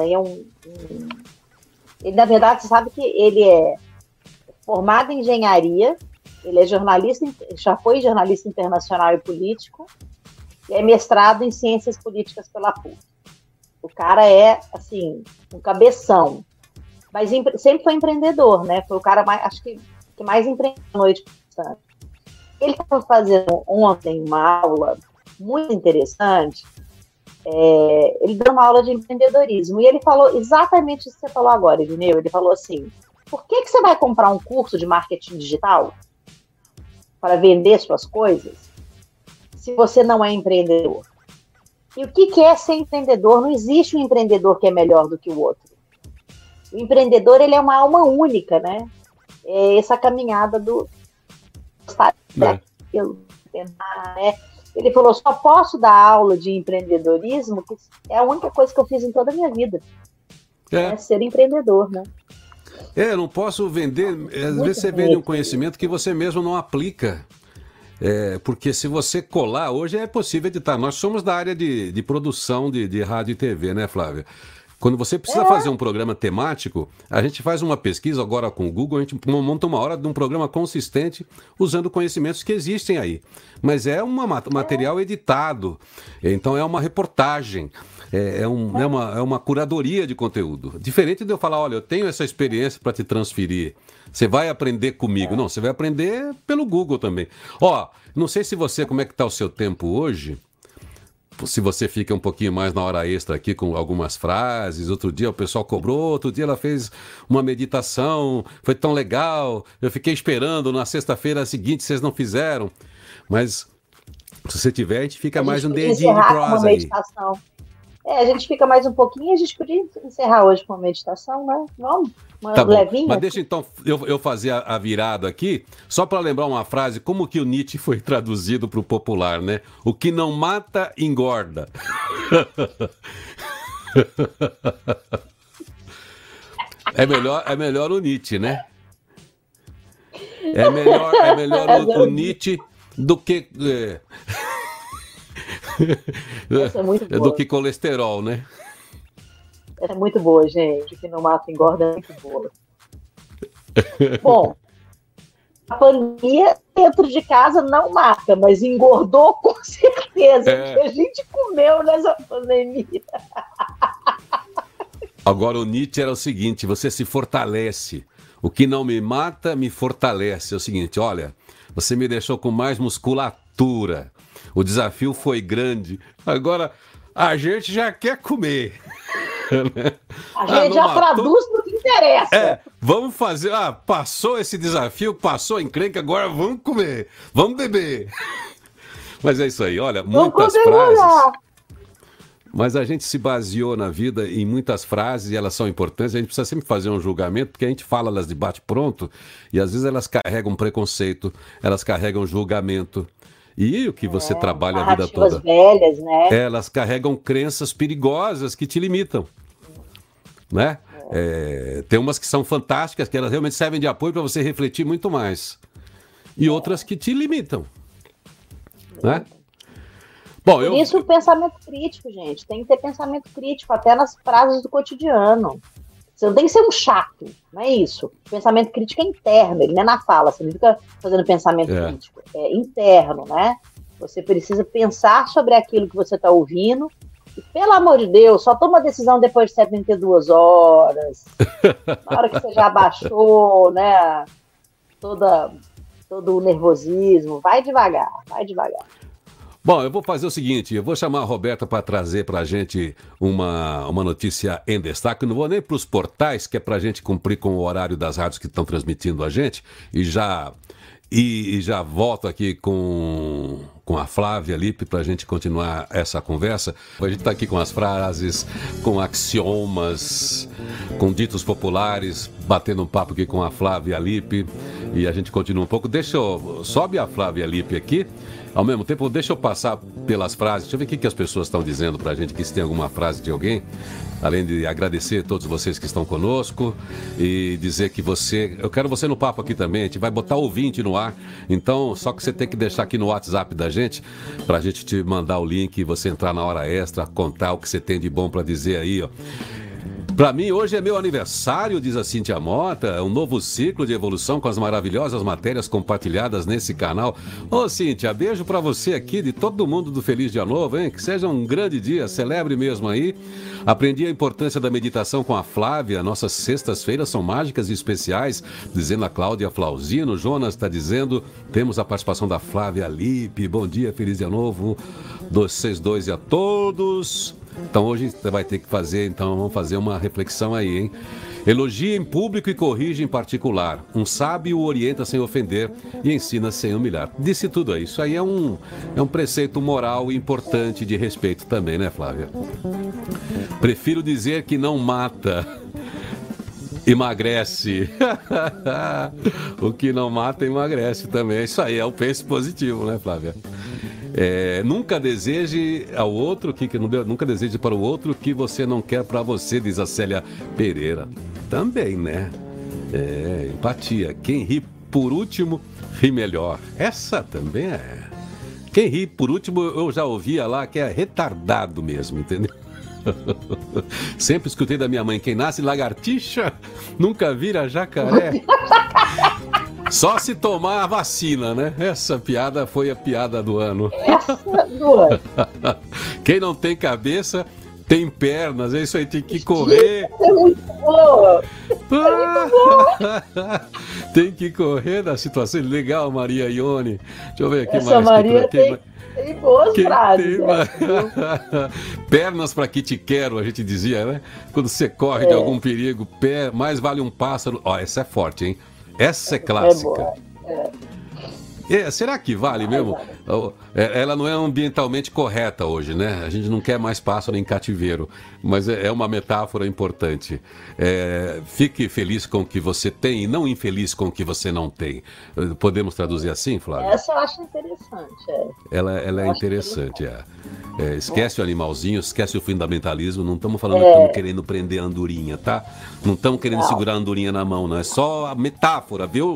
Ele, na verdade, você sabe que ele é formado em engenharia, ele é jornalista, já foi jornalista internacional e político, e é mestrado em ciências políticas pela PUC. O cara é, assim, um cabeção, mas sempre foi empreendedor, né? Foi o cara acho que mais empreendeu na noite paulistana. Ele estava fazendo ontem uma aula muito interessante, ele deu uma aula de empreendedorismo, e ele falou exatamente isso que você falou agora, Irineu. Ele falou assim, por que você vai comprar um curso de marketing digital para vender suas coisas se você não é empreendedor? E o que é ser empreendedor? Não existe um empreendedor que é melhor do que o outro. O empreendedor, ele é uma alma única, né? É essa caminhada do... né? Ele falou, só posso dar aula de empreendedorismo, que é a única coisa que eu fiz em toda a minha vida. É ser empreendedor, né? Não posso vender... Às vezes você vende um conhecimento que você mesmo não aplica. Porque se você colar, hoje é possível editar. Nós somos da área de produção de rádio e TV, né, Flávia? Quando você precisa fazer um programa temático, a gente faz uma pesquisa agora com o Google, a gente monta uma hora de um programa consistente usando conhecimentos que existem aí. Mas é um material editado, então é uma reportagem, é uma curadoria de conteúdo. Diferente de eu falar, olha, eu tenho essa experiência para te transferir, você vai aprender comigo. Não, você vai aprender pelo Google também. Não sei se você, como é que está o seu tempo hoje... Se você fica um pouquinho mais na hora extra aqui com algumas frases, outro dia o pessoal cobrou, outro dia ela fez uma meditação, foi tão legal, eu fiquei esperando, na sexta-feira seguinte vocês não fizeram. Mas se você tiver, a gente fica mais um dedinho de prosa aí. A gente fica mais um pouquinho e a gente podia encerrar hoje com uma meditação, né? Vamos? Uma levinha? Mas deixa então eu fazer a virada aqui, só para lembrar uma frase, como que o Nietzsche foi traduzido para o popular, né? O que não mata, engorda. É melhor o Nietzsche, né? É melhor o Nietzsche do que... Essa é muito boa. Do que colesterol, né? Essa é muito boa, gente. O que não mata engorda é muito boa. Bom, a pandemia dentro de casa não mata, mas engordou com certeza. O que a gente comeu nessa pandemia. Agora o Nietzsche era o seguinte, você se fortalece. O que não me mata, me fortalece. É o seguinte, olha, você me deixou com mais musculatura. O desafio foi grande. Agora, a gente já quer comer. A gente já traduz no que interessa. Vamos fazer... passou esse desafio, passou a encrenca, agora vamos comer. Vamos beber. Mas é isso aí, olha, muitas frases. Mas a gente se baseou na vida em muitas frases e elas são importantes. A gente precisa sempre fazer um julgamento, porque a gente fala elas de bate-pronto e às vezes elas carregam preconceito, elas carregam julgamento. E o que você trabalha a vida toda. Velhas, né? Elas carregam crenças perigosas que te limitam. Né? Tem umas que são fantásticas, que elas realmente servem de apoio para você refletir muito mais. E outras que te limitam. Né? Bom, Por isso o pensamento crítico, gente. Tem que ter pensamento crítico, até nas frases do cotidiano. Você não tem que ser um chato, não é isso. O pensamento crítico é interno, ele não é na fala, você não fica fazendo pensamento crítico. É interno, né? Você precisa pensar sobre aquilo que você está ouvindo E, pelo amor de Deus, só toma decisão depois de 72 horas. Na hora que você já baixou, né? Todo o nervosismo. Vai devagar, vai devagar. Bom, eu vou fazer o seguinte, eu vou chamar a Roberta para trazer para a gente uma notícia em destaque. Não vou nem para os portais, que é para a gente cumprir com o horário das rádios que estão transmitindo a gente. E já volto aqui com a Flávia Lippe para a gente continuar essa conversa. A gente está aqui com as frases, com axiomas, com ditos populares, batendo um papo aqui com a Flávia Lippe. E a gente continua um pouco. Sobe a Flávia Lippe aqui. Ao mesmo tempo, deixa eu passar pelas frases. Deixa eu ver o que as pessoas estão dizendo para a gente, que se tem alguma frase de alguém. Além de agradecer a todos vocês que estão conosco e dizer que eu quero você no papo aqui também. A gente vai botar ouvinte no ar. Então, só que você tem que deixar aqui no WhatsApp da gente, para a gente te mandar o link e você entrar na hora extra, contar o que você tem de bom para dizer aí, ó. Para mim, hoje é meu aniversário, diz a Cíntia Mota, um novo ciclo de evolução com as maravilhosas matérias compartilhadas nesse canal. Ô, Cíntia, beijo para você aqui, de todo mundo do Feliz Dia Novo, hein? Que seja um grande dia, celebre mesmo aí. Aprendi a importância da meditação com a Flávia, nossas sextas-feiras são mágicas e especiais, dizendo a Cláudia Flauzino. Jonas está dizendo, temos a participação da Flávia Lippe. Bom dia, Feliz Dia Novo, 262 e a todos. Então hoje você vai ter que vamos fazer uma reflexão aí, hein? Elogia em público e corrige em particular. Um sábio orienta sem ofender e ensina sem humilhar. Disse tudo aí. Isso aí é um preceito moral importante de respeito também, né, Flávia? Prefiro dizer que não mata, emagrece. O que não mata, emagrece também. Isso aí é o pense positivo, né, Flávia? Nunca deseje ao outro nunca deseje para o outro o que você não quer para você, diz a Célia Pereira. Também, né? Empatia. Quem ri por último, ri melhor. Essa também é. Quem ri por último, eu já ouvia lá que é retardado mesmo, entendeu? Sempre escutei da minha mãe, quem nasce lagartixa nunca vira jacaré. Só se tomar a vacina, né? Essa piada foi a piada do ano. Essa do ano. Quem não tem cabeça, tem pernas. É isso aí, tem que correr. É muito boa. Tem que correr da situação. Legal, Maria Ione. Deixa eu ver aqui Essa mais. Maria tem boas frases. Pernas para que te quero, a gente dizia, né? Quando você corre de algum perigo, mais vale um pássaro. Ó, essa é forte, hein? Essa é clássica. Será que vale mesmo? Ela não é ambientalmente correta hoje, né? A gente não quer mais pássaro em cativeiro, mas é uma metáfora importante. Fique feliz com o que você tem e não infeliz com o que você não tem. Podemos traduzir assim, Flávia? Essa eu acho interessante. Ela é interessante. Esquece o animalzinho, esquece o fundamentalismo. Não estamos falando que estamos querendo prender a andorinha, tá? Não estamos querendo segurar a andorinha na mão, não. É só a metáfora, viu?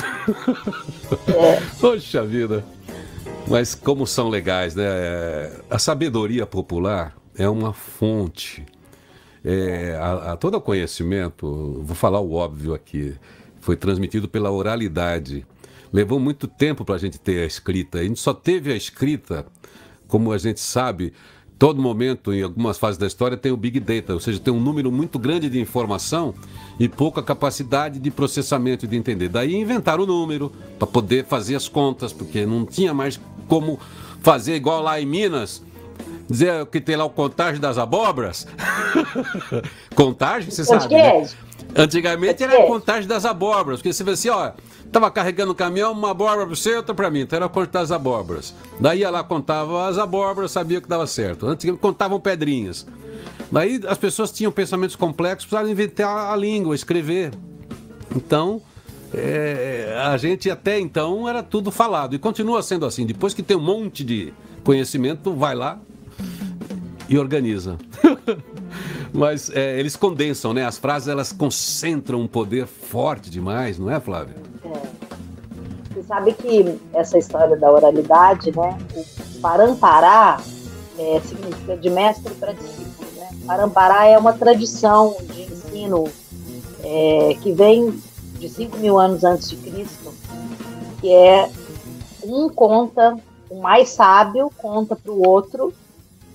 Poxa vida. Mas como são legais, né? A sabedoria popular é uma fonte. Todo o conhecimento, vou falar o óbvio aqui, foi transmitido pela oralidade. Levou muito tempo para a gente ter a escrita. A gente só teve a escrita, como a gente sabe, todo momento, em algumas fases da história, tem o Big Data, ou seja, tem um número muito grande de informação e pouca capacidade de processamento e de entender. Daí inventaram o número para poder fazer as contas, porque não tinha mais como fazer igual lá em Minas, dizer que tem lá o contagem das abóboras. Contagem, você sabe, né? Antigamente era a contagem das abóboras, porque você vê assim, ó, estava carregando o caminhão, uma abóbora para você, outra para mim, então era a conta das abóboras. Daí ia lá, contava as abóboras, sabia que dava certo. Antes contavam pedrinhas. Daí as pessoas tinham pensamentos complexos, precisavam inventar a língua, escrever. Então, a gente até então era tudo falado, e continua sendo assim. Depois que tem um monte de conhecimento, vai lá e organiza. Mas eles condensam, né? As frases, elas concentram um poder forte demais, não é, Flávia? Você sabe que essa história da oralidade, né? O parampará significa de mestre para discípulo, né? Parampará é uma tradição de ensino que vem de 5.000 anos antes de Cristo, que o mais sábio conta para o outro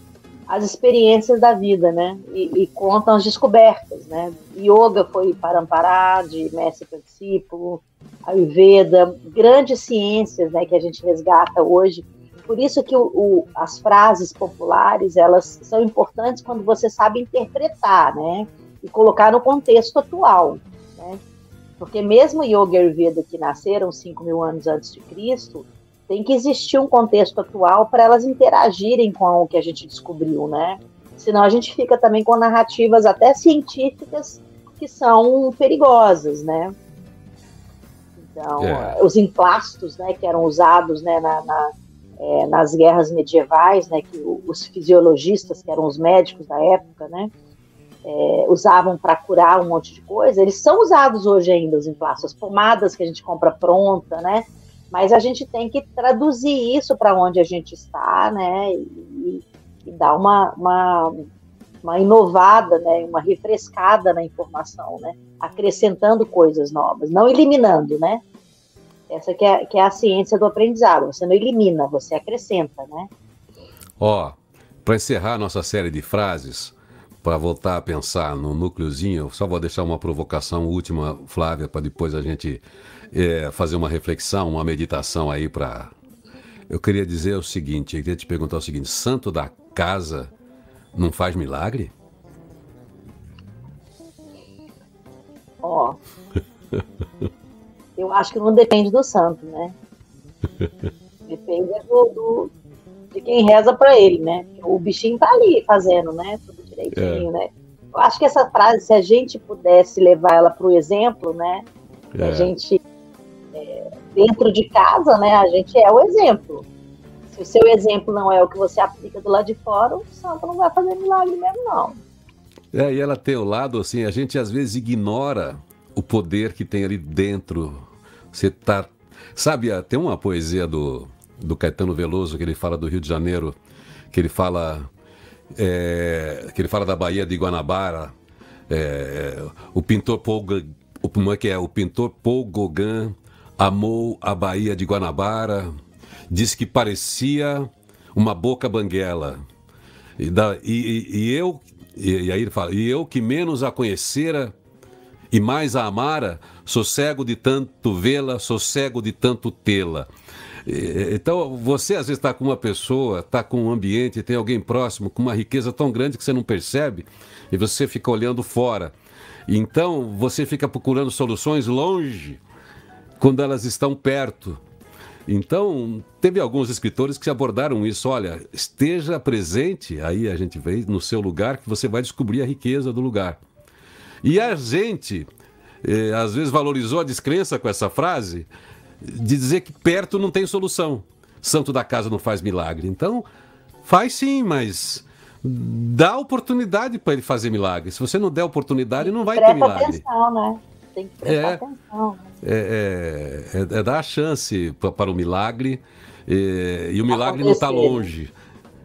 as experiências da vida, né? E contam as descobertas, né? Yoga foi Parampará, de mestre para discípulo, Ayurveda, grandes ciências, né, que a gente resgata hoje. Por isso que as frases populares, elas são importantes quando você sabe interpretar, né? E colocar no contexto atual, né? Porque mesmo Yoga e Ayurveda, que nasceram 5.000 anos antes de Cristo, tem que existir um contexto atual para elas interagirem com o que a gente descobriu, né? Senão a gente fica também com narrativas até científicas que são perigosas, né? Então, os emplastos, né, que eram usados, né, nas guerras medievais, né, que os fisiologistas, que eram os médicos da época, né, usavam para curar um monte de coisa, eles são usados hoje ainda, os emplastos, as pomadas que a gente compra pronta, né? Mas a gente tem que traduzir isso para onde a gente está, né? E dar uma inovada, né? Uma refrescada na informação, né? Acrescentando coisas novas, não eliminando, né? Essa que é a ciência do aprendizado. Você não elimina, você acrescenta, né? Para encerrar nossa série de frases, para voltar a pensar no núcleozinho, eu só vou deixar uma provocação última, Flávia, para depois a gente fazer uma reflexão, uma meditação aí para... Eu queria dizer o seguinte, eu queria te perguntar o seguinte, santo da casa não faz milagre? Eu acho que não depende do santo, né? Depende de quem reza para ele, né? O bichinho tá ali fazendo, né? Tudo direitinho, né? Eu acho que essa frase, se a gente pudesse levar ela para o exemplo, né? A gente, dentro de casa, né? A gente é o exemplo. Se o seu exemplo não é o que você aplica do lado de fora, o santo não vai fazer milagre mesmo, não. E ela tem o lado, assim, a gente às vezes ignora o poder que tem ali dentro. Você tá... Sabe, tem uma poesia do Caetano Veloso, que ele fala do Rio de Janeiro, que ele fala da Baía de Guanabara, o pintor Paul Gauguin amou a Baía de Guanabara, disse que parecia uma boca banguela. E aí ele fala, e eu que menos a conhecera e mais a amara, sou cego de tanto vê-la, sou cego de tanto tê-la. Então, você às vezes está com uma pessoa, está com um ambiente, tem alguém próximo, com uma riqueza tão grande que você não percebe, e você fica olhando fora. Então, você fica procurando soluções longe, quando elas estão perto. Então, teve alguns escritores que abordaram isso. Olha, esteja presente, aí a gente vê no seu lugar, que você vai descobrir a riqueza do lugar. E a gente, às vezes, valorizou a descrença com essa frase, de dizer que perto não tem solução. Santo da casa não faz milagre. Então, faz sim, mas dá oportunidade para ele fazer milagre. Se você não der oportunidade, não vai ter milagre. Presta atenção, né? Tem que prestar atenção. Dar a chance para o milagre, e o milagre não está longe.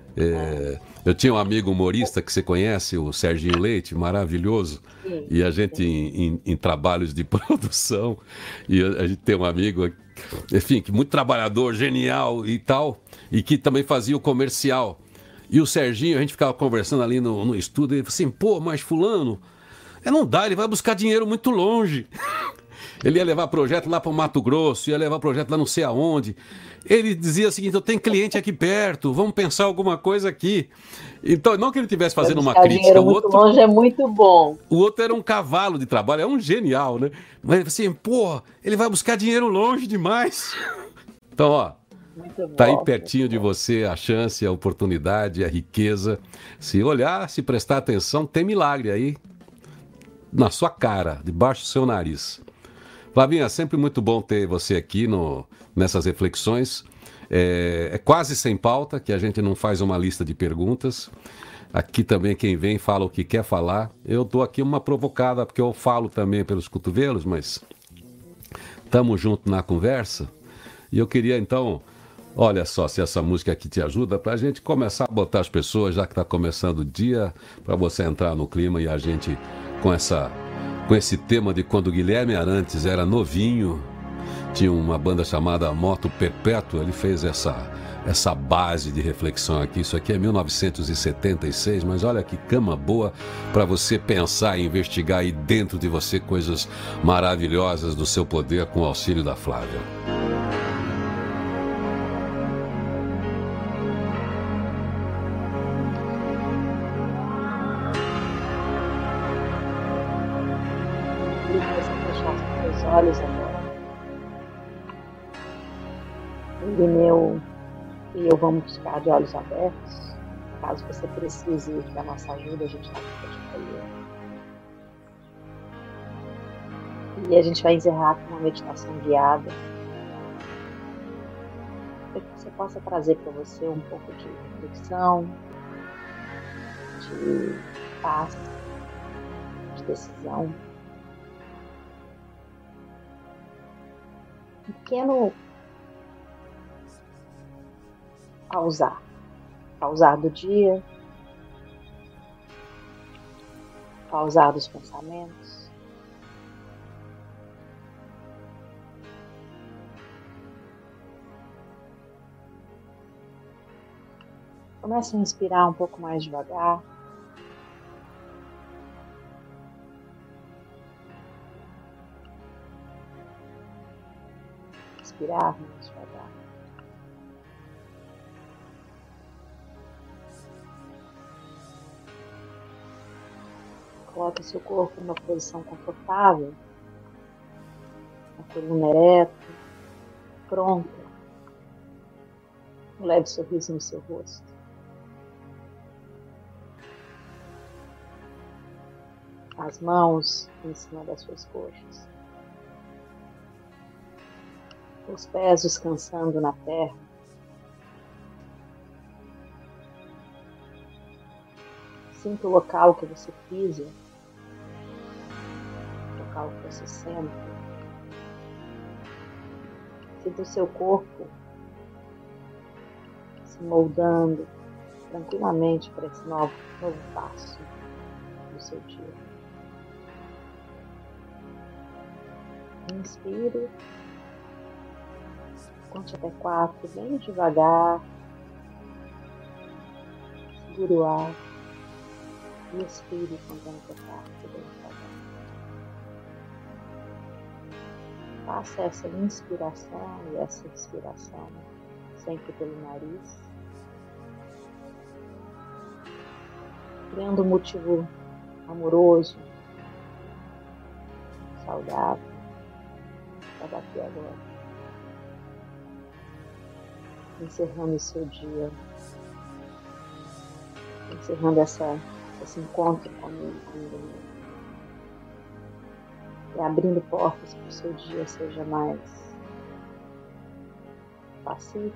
Eu tinha um amigo humorista que você conhece, o Serginho Leite, maravilhoso. Sim. E a gente em trabalhos de produção, e a gente tem um amigo, enfim, que muito trabalhador, genial e tal, e que também fazia o comercial. E o Serginho, a gente ficava conversando ali no estúdio, e ele falou assim, pô, mas fulano, não dá, ele vai buscar dinheiro muito longe. Ele ia levar projeto lá para o Mato Grosso, ia levar projeto lá não sei aonde. Ele dizia o seguinte, eu tenho cliente aqui perto, vamos pensar alguma coisa aqui. Então, não que ele estivesse fazendo uma crítica. O outro, muito longe é muito bom. O outro era um cavalo de trabalho, é um genial, né? Mas assim, pô, ele vai buscar dinheiro longe demais. Então, ó, tá aí pertinho de você a chance, a oportunidade, a riqueza. Se olhar, se prestar atenção, tem milagre aí na sua cara, debaixo do seu nariz. Flavinha, é sempre muito bom ter você aqui nessas reflexões. É quase sem pauta, que a gente não faz uma lista de perguntas. Aqui também quem vem fala o que quer falar. Eu dou aqui uma provocada, porque eu falo também pelos cotovelos, mas estamos juntos na conversa. E eu queria então, olha só, se essa música aqui te ajuda, para a gente começar a botar as pessoas, já que está começando o dia, para você entrar no clima e a gente com esse tema de quando o Guilherme Arantes era novinho, tinha uma banda chamada Moto Perpétua, ele fez essa base de reflexão aqui. Isso aqui é 1976, mas olha que cama boa para você pensar e investigar aí dentro de você coisas maravilhosas do seu poder com o auxílio da Flávia. Olhos agora. Irineu e eu vamos ficar de olhos abertos. Caso você precise da nossa ajuda, a gente está aqui para te acolher. E a gente vai encerrar com uma meditação guiada, para que você possa trazer para você um pouco de reflexão, de paz, de decisão. Um pequeno pausar do dia, pausar dos pensamentos, comece a inspirar um pouco mais devagar. Respirar mais devagar. Coloque seu corpo numa posição confortável, a coluna ereta, pronta. Um leve sorriso no seu rosto. As mãos em cima das suas coxas. Os pés descansando na terra. Sinta o local que você pisa, o local que você senta. Sinta o seu corpo se moldando tranquilamente para esse novo passo do seu dia. Inspire. Conte até 4, bem devagar. Segure o ar. E expire contando até 4, bem devagar. Faça essa inspiração e essa expiração sempre pelo nariz. Criando um motivo amoroso, saudável, para bater agora. Encerrando o seu dia, encerrando esse encontro comigo, e abrindo portas para o seu dia seja mais pacífico,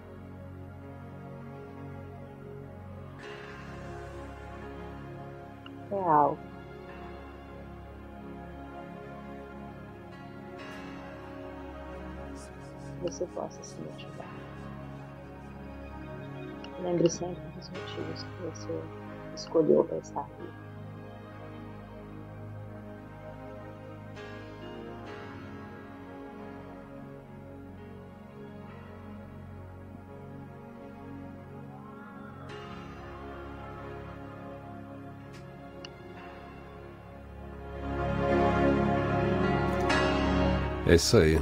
real. Você possa se motivar. Lembre sempre dos motivos que você escolheu para estar vivo. É isso aí.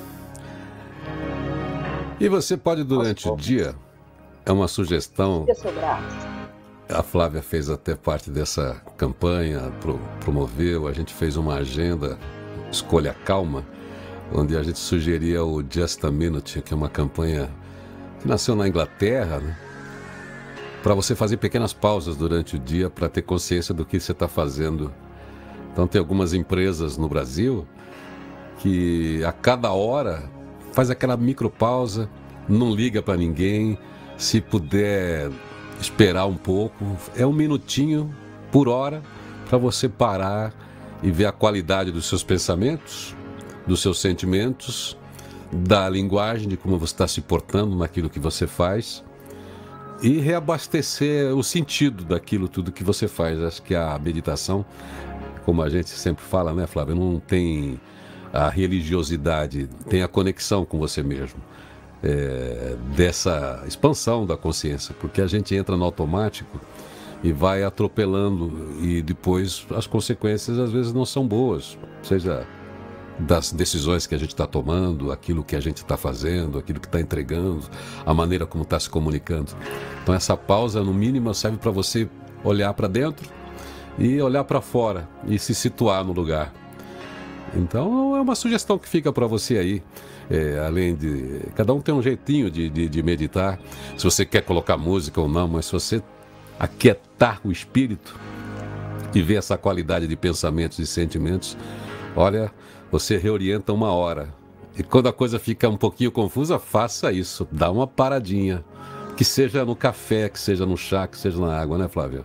E você pode, durante o dia, é uma sugestão, a Flávia fez até parte dessa campanha, promoveu, a gente fez uma agenda, Escolha Calma, onde a gente sugeria o Just a Minute, que é uma campanha que nasceu na Inglaterra, né? Para você fazer pequenas pausas durante o dia para ter consciência do que você está fazendo. Então tem algumas empresas no Brasil que a cada hora faz aquela micropausa, não liga para ninguém, se puder esperar um pouco, é 1 minutinho por hora para você parar e ver a qualidade dos seus pensamentos, dos seus sentimentos, da linguagem, de como você está se portando naquilo que você faz e reabastecer o sentido daquilo tudo que você faz. Acho que a meditação, como a gente sempre fala, né, Flávia, não tem a religiosidade, tem a conexão com você mesmo. dessa expansão da consciência, porque a gente entra no automático e vai atropelando, e depois as consequências às vezes não são boas, seja das decisões que a gente está tomando, aquilo que a gente está fazendo, aquilo que está entregando, a maneira como está se comunicando. Então essa pausa, no mínimo, serve para você olhar para dentro e olhar para fora e se situar no lugar. Então é uma sugestão que fica para você aí. Além de... Cada um tem um jeitinho de meditar, se você quer colocar música ou não, mas se você aquietar o espírito e ver essa qualidade de pensamentos e sentimentos, olha, você reorienta uma hora. E quando a coisa fica um pouquinho confusa, faça isso, dá uma paradinha. Que seja no café, que seja no chá, que seja na água, né, Flávia?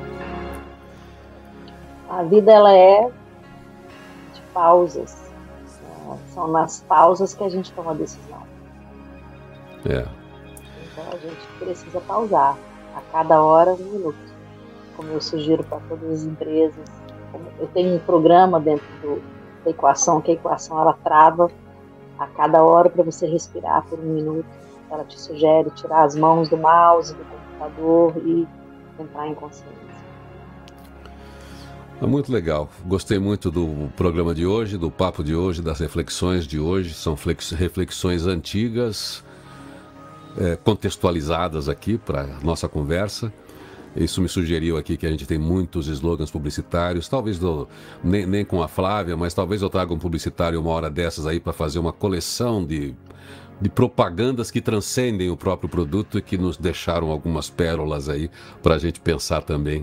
A vida, ela é de pausas. São nas pausas que a gente toma a decisão. Então a gente precisa pausar. A cada hora, 1 minuto. Como eu sugiro para todas as empresas. Eu tenho um programa dentro da equação, que a equação ela trava a cada hora para você respirar por 1 minuto. Ela te sugere tirar as mãos do mouse, do computador e entrar em consciência. É muito legal. Gostei muito do programa de hoje, do papo de hoje, das reflexões de hoje. São reflexões antigas, contextualizadas aqui para a nossa conversa. Isso me sugeriu aqui que a gente tem muitos slogans publicitários, talvez nem com a Flávia, mas talvez eu traga um publicitário uma hora dessas aí para fazer uma coleção de propagandas que transcendem o próprio produto e que nos deixaram algumas pérolas aí para a gente pensar também.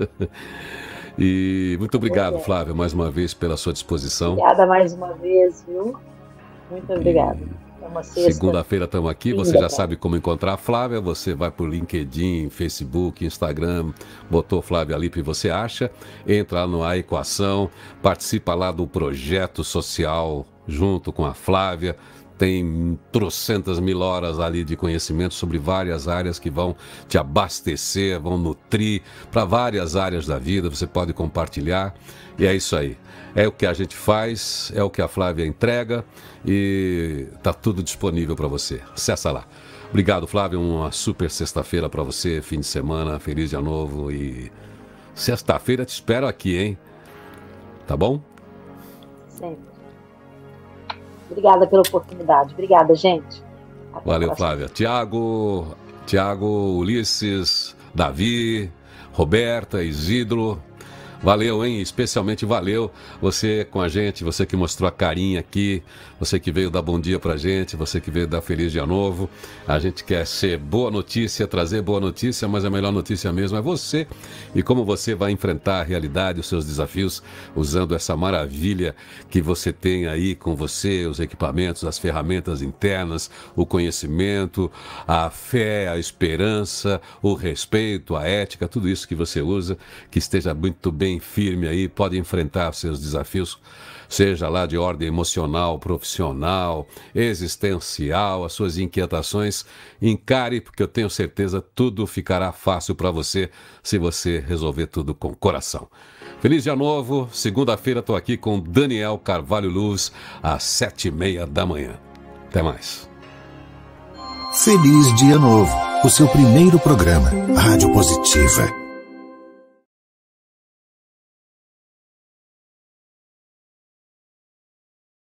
E muito obrigado, Flávia, mais uma vez pela sua disposição. Obrigada mais uma vez, viu? Muito obrigada. Segunda-feira estamos aqui, você já sabe como encontrar a Flávia, você vai por LinkedIn, Facebook, Instagram, botou Flávia Lippe e você acha, entra lá no A Equação, participa lá do projeto social junto com a Flávia, tem trocentas mil horas ali de conhecimento sobre várias áreas que vão te abastecer, vão nutrir para várias áreas da vida, você pode compartilhar e é isso aí. É o que a gente faz, é o que a Flávia entrega e está tudo disponível para você. Acessa lá. Obrigado, Flávia. Uma super sexta-feira para você, fim de semana, feliz dia novo e sexta-feira te espero aqui, hein? Tá bom? Sempre. Obrigada pela oportunidade. Obrigada, gente. Até valeu, Flávia. Tiago, Ulisses, Davi, Roberta, Isidro. Valeu, hein? Especialmente valeu você com a gente, você que mostrou a carinha aqui, você que veio dar bom dia pra gente, você que veio dar feliz dia novo. A gente quer ser boa notícia, trazer boa notícia, mas a melhor notícia mesmo é você. E como você vai enfrentar a realidade, os seus desafios, usando essa maravilha que você tem aí com você, os equipamentos, as ferramentas internas, o conhecimento, a fé, a esperança, o respeito, a ética, tudo isso que você usa, que esteja muito bem firme aí, pode enfrentar seus desafios, seja lá de ordem emocional, profissional, existencial, as suas inquietações, encare, porque eu tenho certeza tudo ficará fácil para você se você resolver tudo com coração. Feliz dia novo, segunda-feira estou aqui com Daniel Carvalho Luz, às 7h30 da manhã. Até mais. Feliz dia novo, o seu primeiro programa, Rádio Positiva.